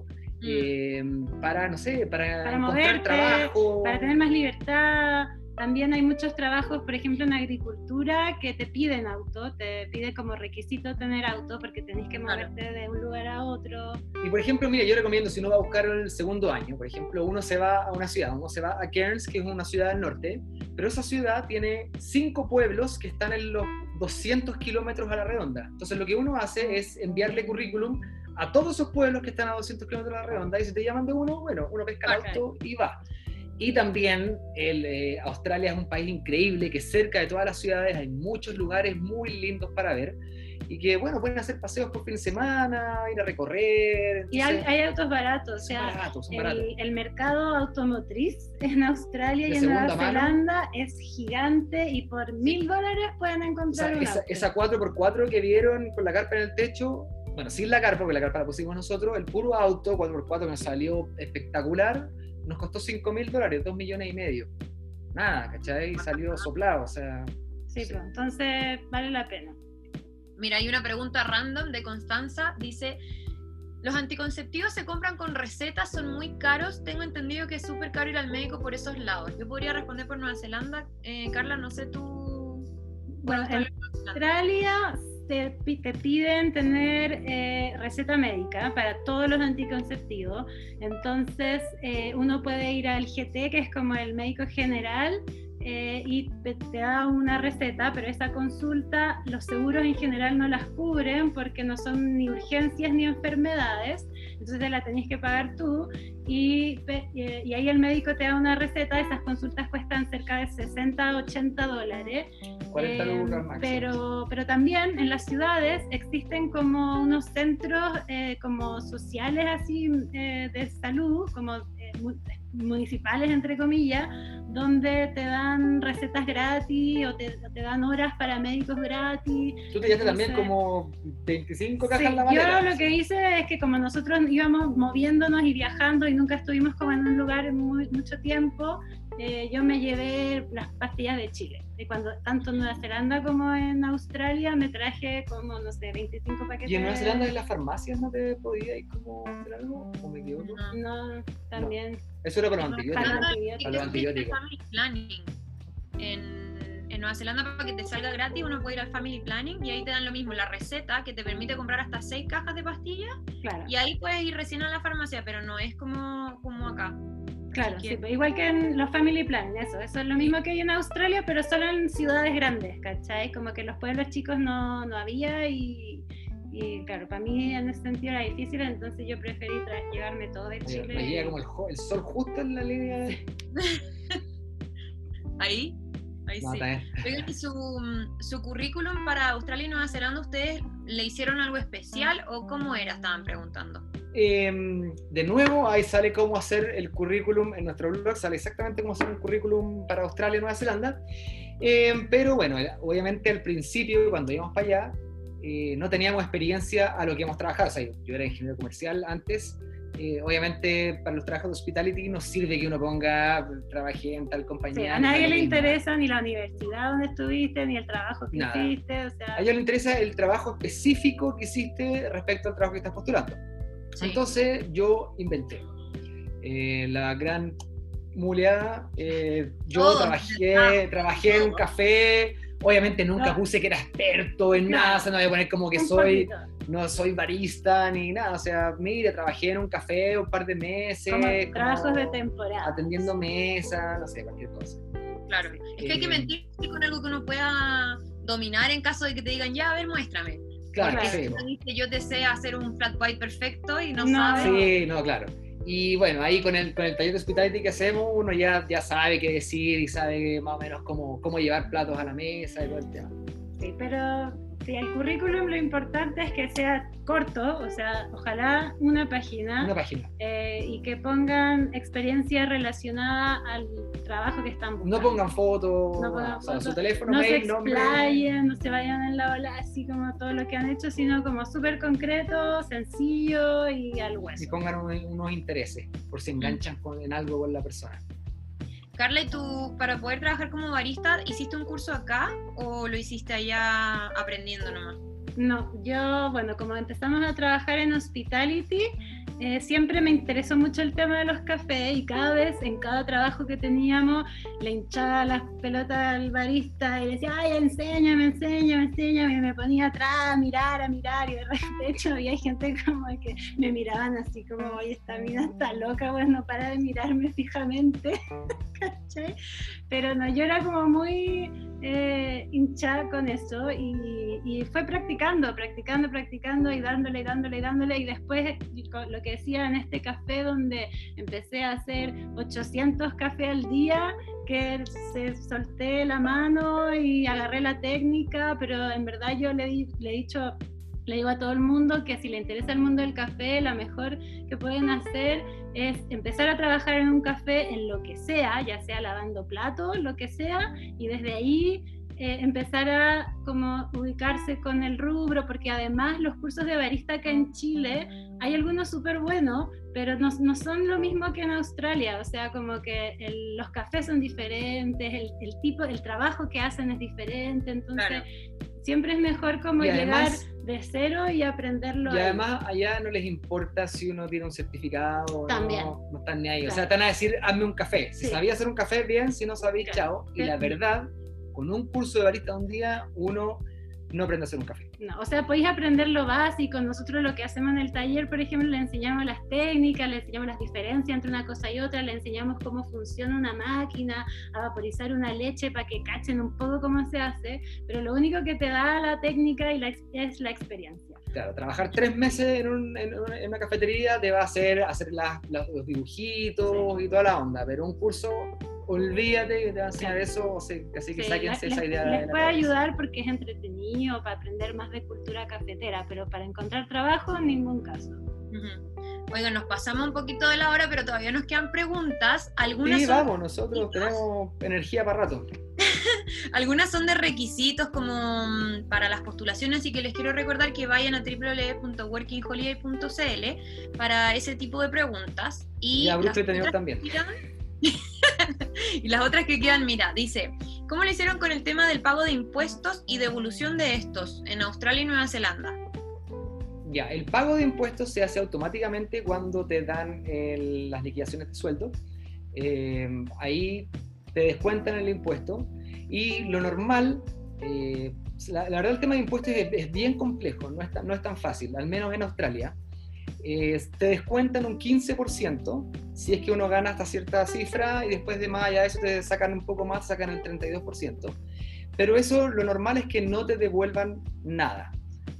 para, no sé, para encontrar moverte, trabajo. Para tener más libertad. También hay muchos trabajos, por ejemplo, en agricultura, que te piden auto, te pide como requisito tener auto porque tenés que moverte de un lugar a otro. Y por ejemplo, mira, yo recomiendo, si uno va a buscar el segundo año, por ejemplo, uno se va a una ciudad, uno se va a Cairns, que es una ciudad del norte, pero esa ciudad tiene 5 pueblos que están en los 200 kilómetros a la redonda. Entonces lo que uno hace es enviarle currículum a todos esos pueblos que están a 200 kilómetros a la redonda, y si te llaman de uno, bueno, uno pesca el auto y va. Y también Australia es un país increíble, que cerca de todas las ciudades hay muchos lugares muy lindos para ver, y que, bueno, pueden hacer paseos por fin de semana, ir a recorrer. Entonces, y hay autos baratos, o sea, son baratos. El mercado automotriz en Australia y en Nueva Zelanda es gigante, y por $1,000 pueden encontrar un auto. Esa 4x4 que vieron con la carpa en el techo, bueno, sin la carpa, porque la carpa la pusimos nosotros, el puro auto 4x4 que nos salió espectacular, nos costó $5,000, $2,5 millones. Nada, ¿cachai? Y salió soplado, o sea... Sí, pues, entonces vale la pena. Mira, hay una pregunta random de Constanza, dice: ¿los anticonceptivos se compran con recetas? ¿Son muy caros? Tengo entendido que es súper caro ir al médico por esos lados. Yo podría responder por Nueva Zelanda. Carla, no sé tú... Bueno, en Australia te piden tener receta médica para todos los anticonceptivos. Entonces uno puede ir al GT, que es como el médico general, y te da una receta, pero esa consulta los seguros en general no las cubren porque no son ni urgencias ni enfermedades, entonces la tenés que pagar tú, y ahí el médico te da una receta. Esas consultas cuestan cerca de $60 a $80. 40 lucas máximo. Pero también en las ciudades existen como unos centros como sociales así de salud, como municipales entre comillas, donde te dan recetas gratis o te dan horas para médicos gratis. ¿Tú te llevaste también como 25 cajas en la maleta? Yo lo que hice es que como nosotros íbamos moviéndonos y viajando y nunca estuvimos como en un lugar mucho tiempo, yo me llevé las pastillas de Chile. Y cuando tanto en Nueva Zelanda como en Australia me traje como, no sé, 25 paquetes. ¿Y en Nueva Zelanda en las farmacias no te podías ir como hacer algo? ¿O me equivoco? No, también. No. Eso era para los antibióticos. Para los antibióticos. Family planning. En Nueva Zelanda, para que te salga gratis, uno puede ir al Family Planning y ahí te dan lo mismo, la receta que te permite comprar hasta 6 cajas de pastillas. Claro. Y ahí puedes ir recién a la farmacia, pero no es como acá. Claro, sí, igual que en los Family Planning, eso es lo mismo que hay en Australia, pero solo en ciudades grandes, ¿cachai? Como que en los pueblos chicos no había, y claro, para mí en ese sentido era difícil, entonces yo preferí llevarme todo de Chile. Me llega como el sol justo en la línea de... Ahí sí. Oigan, ¿y su currículum para Australia y Nueva Zelanda, ustedes le hicieron algo especial o cómo era? Estaban preguntando. De nuevo, ahí sale cómo hacer el currículum en nuestro blog, sale exactamente cómo hacer un currículum para Australia y Nueva Zelanda. Pero bueno, obviamente al principio, cuando íbamos para allá, no teníamos experiencia a lo que íbamos a trabajar. O sea, yo era ingeniero comercial antes. Obviamente para los trabajos de hospitality nos sirve que uno ponga, trabajé en tal compañía. Sí, a nadie le interesa ni la universidad donde estuviste, ni el trabajo que hiciste. O sea... A ellos les interesa el trabajo específico que hiciste respecto al trabajo que estás postulando. Sí. Entonces yo inventé la gran muleada. Yo trabajé en un café. Obviamente nunca puse que era experto en nada, o sea, no voy a poner como que no soy barista ni nada, o sea, mire, trabajé en un café un par de meses. Como trabajos de temporada. Atendiendo mesas, no sé, cualquier cosa. Claro, es que hay que mentir con algo que uno pueda dominar en caso de que te digan, ya, a ver, muéstrame. Claro, Porque sí, si po. uno dice yo te sé hacer un flat white perfecto y no, No. sabe. Sí, no, claro. Y bueno, ahí con el taller de hospitality que hacemos, uno ya sabe qué decir y sabe más o menos cómo llevar platos a la mesa y todo el tema. Sí, pero sí, el currículum lo importante es que sea corto, o sea, ojalá una página, Una página. y que pongan experiencia relacionada al trabajo que están buscando. No pongan fotos, No pongan o sea, fotos, su teléfono, no se mail, nombre. explayen, no se vayan en la ola así como todo lo que han hecho, sino como súper concreto, sencillo y al Y hueso. pongan unos intereses, por si enganchan en algo con la persona. Carla, ¿y tú para poder trabajar como barista hiciste un curso acá o lo hiciste allá aprendiendo nomás? No, yo, bueno, como empezamos a trabajar en hospitality, siempre me interesó mucho el tema de los cafés y cada vez, en cada trabajo que teníamos, le hinchaba las pelotas al barista y le decía, ay, enséñame, y me ponía atrás a mirar, y de hecho había gente como que me miraban así como, oye, esta mina está loca, pues no para de mirarme fijamente, ¿cachai? Pero no, yo era como muy hinchada con eso y fue practicando y dándole y después lo que decía en este café donde empecé a hacer 800 cafés al día, que solté la mano y agarré la técnica, pero en verdad yo le digo a todo el mundo que si le interesa el mundo del café, lo mejor que pueden hacer es empezar a trabajar en un café en lo que sea, ya sea lavando platos, lo que sea, y desde ahí empezar a como ubicarse con el rubro, porque además los cursos de barista acá en Chile, hay algunos súper buenos, pero no son lo mismo que en Australia, o sea, como que los cafés son diferentes, el trabajo que hacen es diferente, entonces Claro. siempre es mejor como Y además, llegar de cero y aprenderlo. Y además allá no les importa si uno tiene un certificado o También. no están ni ahí. Claro. O sea, están a decir, hazme un café. Si Sí. sabía hacer un café, bien. Si no sabía, Claro. chao. Y la verdad, con un curso de barista de un día, uno no aprende a hacer un café. No, o sea, podéis aprender lo básico. Nosotros lo que hacemos en el taller, por ejemplo, le enseñamos las técnicas, le enseñamos las diferencias entre una cosa y otra, le enseñamos cómo funciona una máquina, a vaporizar una leche para que cachen un poco cómo se hace, pero lo único que te da la técnica es la experiencia. Claro, trabajar 3 meses en una cafetería te va a hacer los dibujitos y toda la onda, pero un curso, olvídate que te va a enseñar eso, o sea, así que Sí, sáquense esa idea de les la puede cabeza. ayudar porque es entretenido, para aprender más de cultura cafetera, pero para encontrar trabajo, en ningún caso. Ujú. Oigan, nos pasamos un poquito de la hora, pero todavía nos quedan preguntas. Algunas Sí, son vamos, nosotros tenemos energía para rato. Algunas son de requisitos como para las postulaciones, así que les quiero recordar que vayan a www.workingholiday.cl para ese tipo de preguntas. Y Ya, Bruce las Tenedor otras también. que quedan- y las otras que quedan, mira, dice, ¿cómo lo hicieron con el tema del pago de impuestos y devolución de estos en Australia y Nueva Zelanda? Ya, el pago de impuestos se hace automáticamente cuando te dan las liquidaciones de sueldo. Ahí te descuentan el impuesto y lo normal, la verdad el tema de impuestos es bien complejo, no es tan fácil, al menos en Australia. Te descuentan un 15% si es que uno gana hasta cierta cifra y después de más allá de eso te sacan un poco más, sacan el 32%. Pero eso lo normal es que no te devuelvan nada.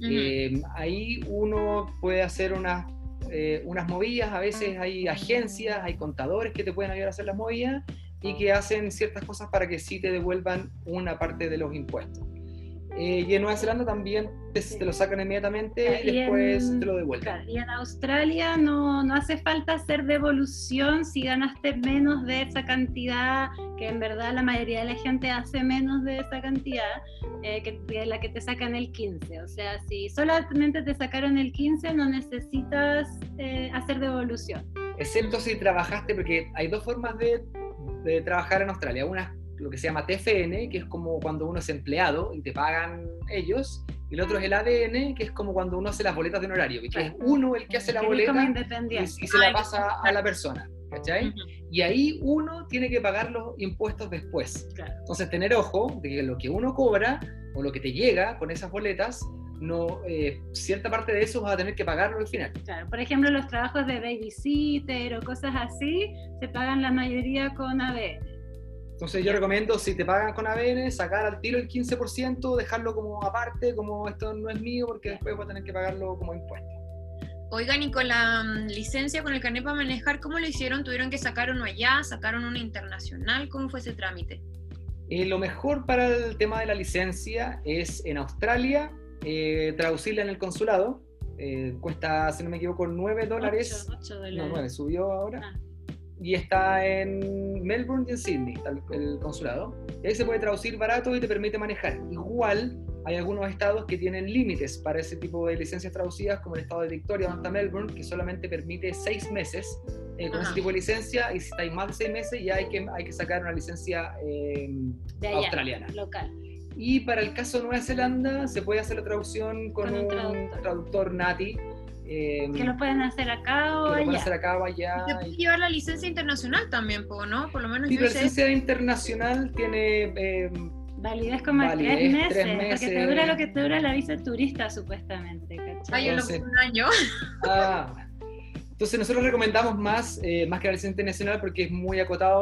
Ahí uno puede hacer unas movidas, a veces hay agencias, hay contadores que te pueden ayudar a hacer las movidas y que hacen ciertas cosas para que sí te devuelvan una parte de los impuestos. Y en Nueva Zelanda también te lo sacan inmediatamente y después te lo devuelven. Claro, y en Australia no hace falta hacer devolución si ganaste menos de esa cantidad, que en verdad la mayoría de la gente hace menos de esa cantidad, que la que te sacan el 15. O sea, si solamente te sacaron el 15, no necesitas hacer devolución. Excepto si trabajaste, porque hay dos formas de trabajar en Australia. Una es lo que se llama TFN, que es como cuando uno es empleado y te pagan ellos, y el otro es el ADN, que es como cuando uno hace las boletas de un horario, que es uno el que hace la boleta como y independiente. se la pasa a la persona, ¿cachai? Y ahí uno tiene que pagar los impuestos después. Claro. Entonces tener ojo de que lo que uno cobra o lo que te llega con esas boletas, cierta parte de eso vas a tener que pagarlo al final. Claro, por ejemplo, los trabajos de babysitter o cosas así se pagan la mayoría con ADN. Entonces yo recomiendo, si te pagan con ABN, sacar al tiro el 15%, dejarlo como aparte, como esto no es mío, porque después voy a tener que pagarlo como impuesto. Oigan, y con la licencia, con el carnet para manejar, ¿cómo lo hicieron? ¿Tuvieron que sacar uno allá? ¿Sacaron uno internacional? ¿Cómo fue ese trámite? Lo mejor para el tema de la licencia es en Australia, traducirla en el consulado. Cuesta, si no me equivoco, $9. $8. No, 9, subió ahora. Ah. Y está en Melbourne y en Sydney, está el consulado. Y ahí se puede traducir barato y te permite manejar. Igual hay algunos estados que tienen límites para ese tipo de licencias traducidas, como el estado de Victoria, donde está Melbourne, que solamente permite 6 meses con ese tipo de licencia, y si estáis más de 6 meses ya hay que sacar una licencia de allá, australiana. Local. Y para el caso de Nueva Zelanda se puede hacer la traducción con un traductor nati. Que lo pueden hacer acá o allá. Lo pueden hacer acá o allá. Y te puede llevar la licencia internacional también, ¿no? Por lo menos Sí, yo pero la sé. licencia internacional tiene... validez como validez, 3 meses, porque te dura lo que te dura la visa de turista, supuestamente, ¿cachai? Ay, yo lo Entonces- un año. Entonces nosotros recomendamos más que la licencia internacional porque es muy acotado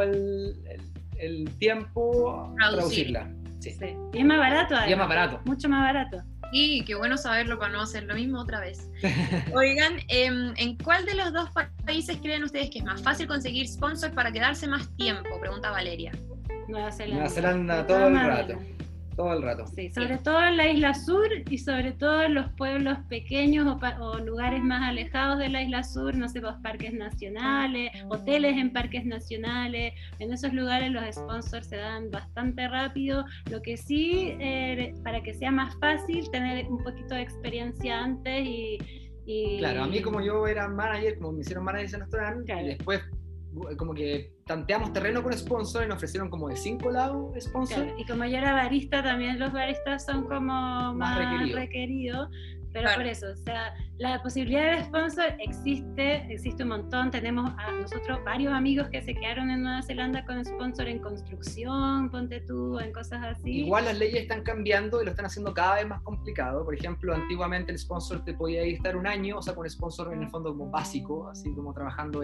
el tiempo traducirla. Sí. Sí. Y es más barato, además. Y es más barato. Mucho más barato. Y qué bueno saberlo para no hacer lo mismo otra vez. Oigan, ¿en cuál de los dos países creen ustedes que es más fácil conseguir sponsor para quedarse más tiempo? Pregunta Valeria. Nueva Zelanda. Nueva Zelanda De todo todas el maneras. rato. Todo el rato. Sí, sobre todo en la isla sur y sobre todo en los pueblos pequeños o lugares más alejados de la isla sur, no sé, los parques nacionales, hoteles en parques nacionales, en esos lugares los sponsors se dan bastante rápido, lo que sí, para que sea más fácil, tener un poquito de experiencia antes y Claro, a mí como yo era manager, como me hicieron manager en restaurante, Claro. y después como que tanteamos terreno con sponsor y nos ofrecieron como de 5 lados sponsor. Claro, y como yo era barista, también los baristas son como más requeridos, pero Claro. por eso, o sea, la posibilidad de sponsor existe un montón. Tenemos a nosotros varios amigos que se quedaron en Nueva Zelanda con sponsor en construcción, ponte tú, en cosas así. Igual las leyes están cambiando y lo están haciendo cada vez más complicado. Por ejemplo, antiguamente el sponsor te podía estar un año, o sea, con sponsor en el fondo como básico, así como trabajando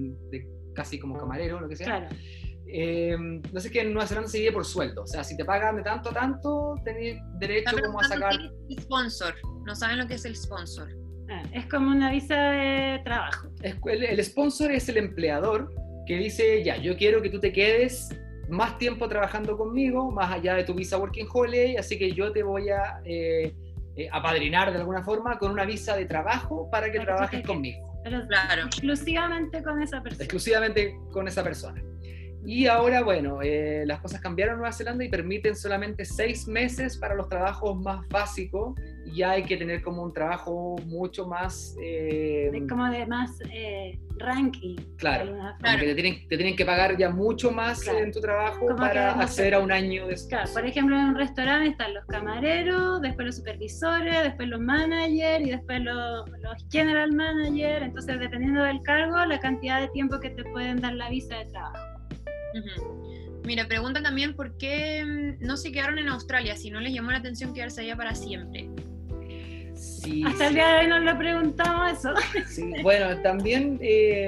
casi como camarero, lo que sea. Claro. No sé, que en Nueva Zelanda se divide por sueldo. O sea, si te pagan de tanto a tanto, tenés derecho como a sacar... ¿Qué es el sponsor? No saben lo que es el sponsor. Es como una visa de trabajo. El sponsor es el empleador que dice, ya, yo quiero que tú te quedes más tiempo trabajando conmigo, más allá de tu visa Working Holiday, así que yo te voy a apadrinar de alguna forma con una visa de trabajo para que trabajes conmigo. Pero Claro. exclusivamente con esa persona. Exclusivamente con esa persona. Y ahora, bueno, las cosas cambiaron en Nueva Zelanda y permiten solamente 6 meses para los trabajos más básicos, y ya hay que tener como un trabajo mucho más... como de más ranking. Claro, de alguna forma. como que te tienen que pagar ya mucho más Claro. en tu trabajo Como para que, no acceder sé. a un año de... Claro, por ejemplo, en un restaurante están los camareros, después los supervisores, después los managers y después los general managers. Entonces, dependiendo del cargo, la cantidad de tiempo que te pueden dar la visa de trabajo. Ujú. Mira, preguntan también por qué no se quedaron en Australia, si no les llamó la atención quedarse allá para siempre. Sí, Hasta el día de hoy nos lo preguntamos eso. sí. Bueno, también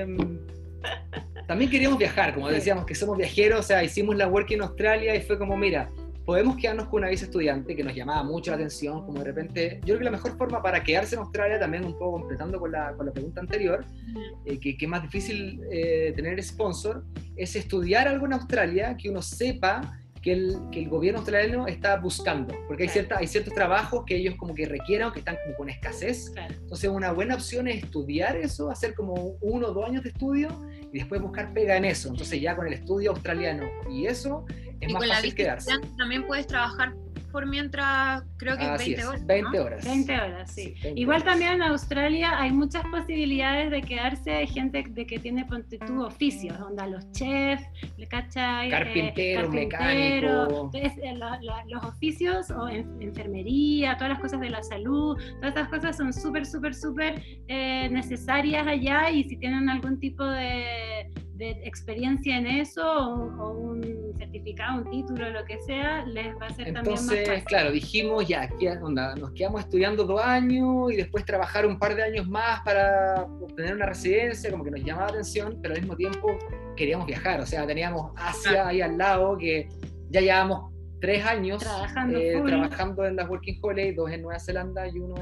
queríamos viajar, como decíamos que somos viajeros, o sea, hicimos la Work in Australia y fue como, mira, podemos quedarnos con una visa estudiante que nos llamaba mucho la atención, como de repente, yo creo que la mejor forma para quedarse en Australia, también un poco completando con la pregunta anterior, que es más difícil tener sponsor, es estudiar algo en Australia que uno sepa que el gobierno australiano está buscando, porque hay ciertos trabajos que ellos como que requieran o que están como con escasez. Claro. Entonces una buena opción es estudiar eso, hacer como 1 o 2 años de estudio y después buscar pega en eso. Entonces ya con el estudio australiano y eso es Y más con la fácil visa quedarse. estudiante también puedes trabajar por mientras, creo que Así 20 es, horas. 20 ¿no? horas. 20 horas, sí. 20 Igual horas. también en Australia hay muchas posibilidades de quedarse, hay gente de que tiene, ponte tú, oficios, onda los chefs, ¿cachai? Carpintero, carpintero. mecánico. Entonces, los oficios o enfermería, todas las cosas de la salud, todas estas cosas son súper necesarias allá, y si tienen algún tipo de de experiencia en eso o un certificado, un título, lo que sea, les va a ser también más Entonces, fácil. claro, dijimos ya, ¿qué onda? Nos quedamos estudiando 2 años y después trabajar un par de años más para obtener una residencia, como que nos llamaba la atención, pero al mismo tiempo queríamos viajar, o sea, teníamos Asia ahí al lado, que ya llevábamos 3 años trabajando en las Working Holiday, 2 en Nueva Zelanda y 1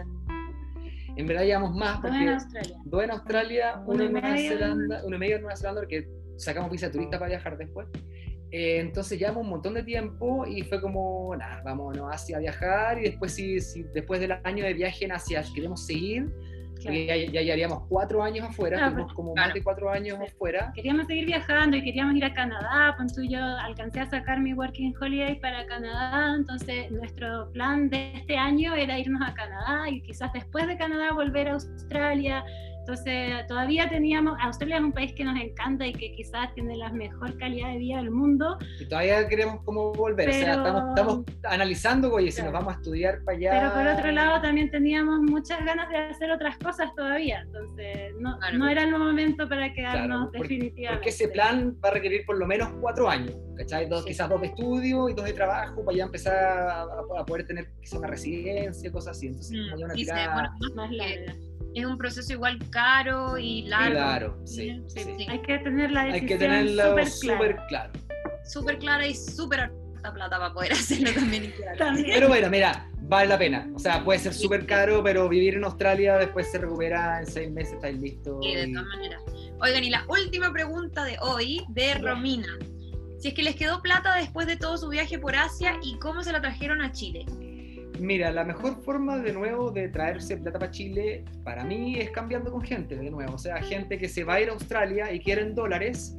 en verdad llevamos más, porque 2 en Australia, 1 en Nueva Zelanda, 1 y medio en Nueva Zelanda, porque sacamos visa de turista para viajar después. Entonces llevamos un montón de tiempo y fue como, nada, vámonos hacia viajar, y después si después del año de viaje en Asia queremos seguir, ya llevaríamos 4 años afuera, tuvimos como más de 4 años afuera. Queríamos seguir viajando y queríamos ir a Canadá, yo alcancé a sacar mi Working Holiday para Canadá, entonces nuestro plan de este año era irnos a Canadá y quizás después de Canadá volver a Australia. Entonces todavía Australia es un país que nos encanta y que quizás tiene la mejor calidad de vida del mundo. Y todavía queremos como volver, o sea, estamos analizando, oye, si nos vamos a estudiar para allá. Pero por otro lado también teníamos muchas ganas de hacer otras cosas todavía, entonces no era el momento para quedarnos definitivamente. Porque ese plan va a requerir por lo menos 4 años, ¿cachai? Quizás 2 de estudio y 2 de trabajo, para ya empezar a poder tener quizás una residencia, cosas así. Entonces, como una tirada más larga. Es un proceso igual caro y largo. Claro, sí. Hay que tener la decisión. Hay que tenerlo súper claro. Súper clara y súper harta plata para poder hacerlo también. Pero bueno, mira, vale la pena. O sea, puede ser súper caro, pero vivir en Australia después se recupera en 6 meses, estáis listos. Sí, de todas maneras. Oigan, y la última pregunta de hoy, de Romina. Si es que les quedó plata después de todo su viaje por Asia y cómo se la trajeron a Chile. Mira, la mejor forma de nuevo de traerse plata para Chile, para mí, es cambiando con gente de nuevo. O sea, gente que se va a ir a Australia y quieren dólares.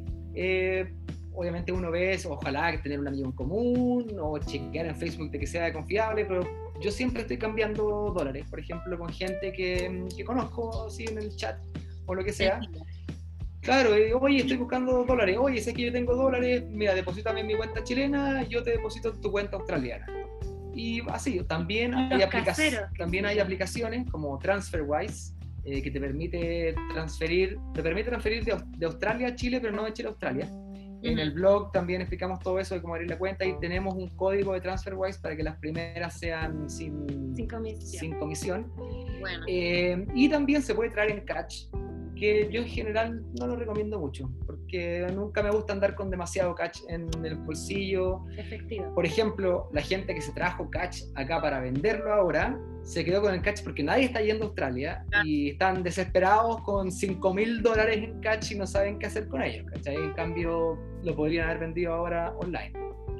Obviamente uno ve, ojalá tener un amigo en común o chequear en Facebook de que sea confiable, pero yo siempre estoy cambiando dólares. Por ejemplo, con gente que conozco así en el chat o lo que sea. Claro, oye, estoy buscando dólares. Oye, sé que yo tengo dólares, mira, deposítame en mi cuenta chilena, yo te deposito en tu cuenta australiana. Y así, también hay aplicaciones como TransferWise, que te permite transferir de Australia a Chile, pero no de Chile a Australia. En el blog también explicamos todo eso de cómo abrir la cuenta, y tenemos un código de TransferWise para que las primeras sean sin comisión. Bueno. Y también se puede traer en cash, que yo en general no lo recomiendo mucho, porque nunca me gusta andar con demasiado cash en el bolsillo. Efectivo. Por ejemplo, la gente que se trajo cash acá para venderlo ahora, se quedó con el cash porque nadie está yendo a Australia y están desesperados con $5,000 en cash y no saben qué hacer con ellos, ¿cachai? En cambio, lo podrían haber vendido ahora online.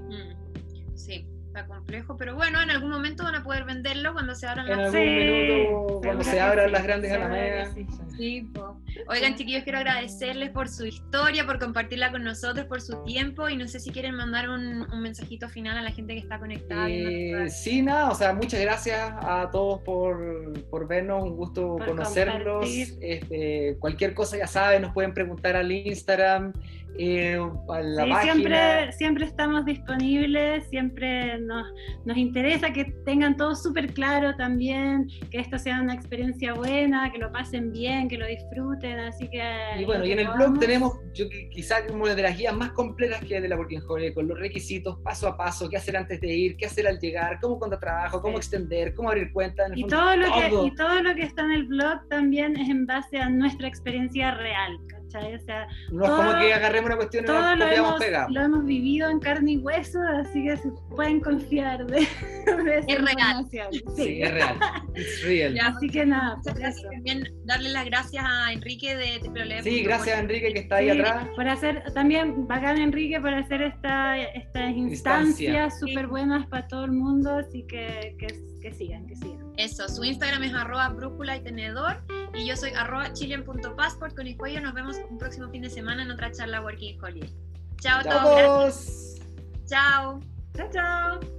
Sí. Complejo, pero bueno, en algún momento van a poder venderlo cuando se abran las... En algún minuto, cuando se abran las grandes alamedas. Sí, oigan, chiquillos, quiero agradecerles por su historia, por compartirla con nosotros, por su tiempo, y no sé si quieren mandar un mensajito final a la gente que está conectada. Sí, nada, o sea, muchas gracias a todos por vernos, un gusto por conocerlos. Cualquier cosa, ya saben, nos pueden preguntar al Instagram, a la página. Siempre estamos disponibles, siempre nos interesa que tengan todo súper claro también, que esto sea una experiencia buena, que lo pasen bien, que lo disfruten, así que... Y bueno, y en el blog tenemos, quizás como una de las guías más completas que hay de la Working Holiday, con los requisitos paso a paso, qué hacer antes de ir, qué hacer al llegar, cómo encontrar trabajo, cómo extender, cómo abrir cuenta. Y todo lo que está en el blog también es en base a nuestra experiencia real, ¿cachai? O sea, no es como que agarremos una cuestión y la copiamos pegamos. Lo hemos vivido en carne y hueso, así que se pueden confiar de esa información. Sí, es real. Es real. Ya, así que nada, por eso. También darle las gracias a Enrique de TPLF. Sí, gracias a Enrique que está ahí atrás. Por hacer, también bacán Enrique por hacer estas instancias súper buenas para todo el mundo, así que sigan. Eso, su Instagram es @brújula y tenedor, y yo soy @chilean.passport. Con Iscuello nos vemos un próximo fin de semana en otra charla Working Holiday. Chao a todos. Gracias. Chao. Chao.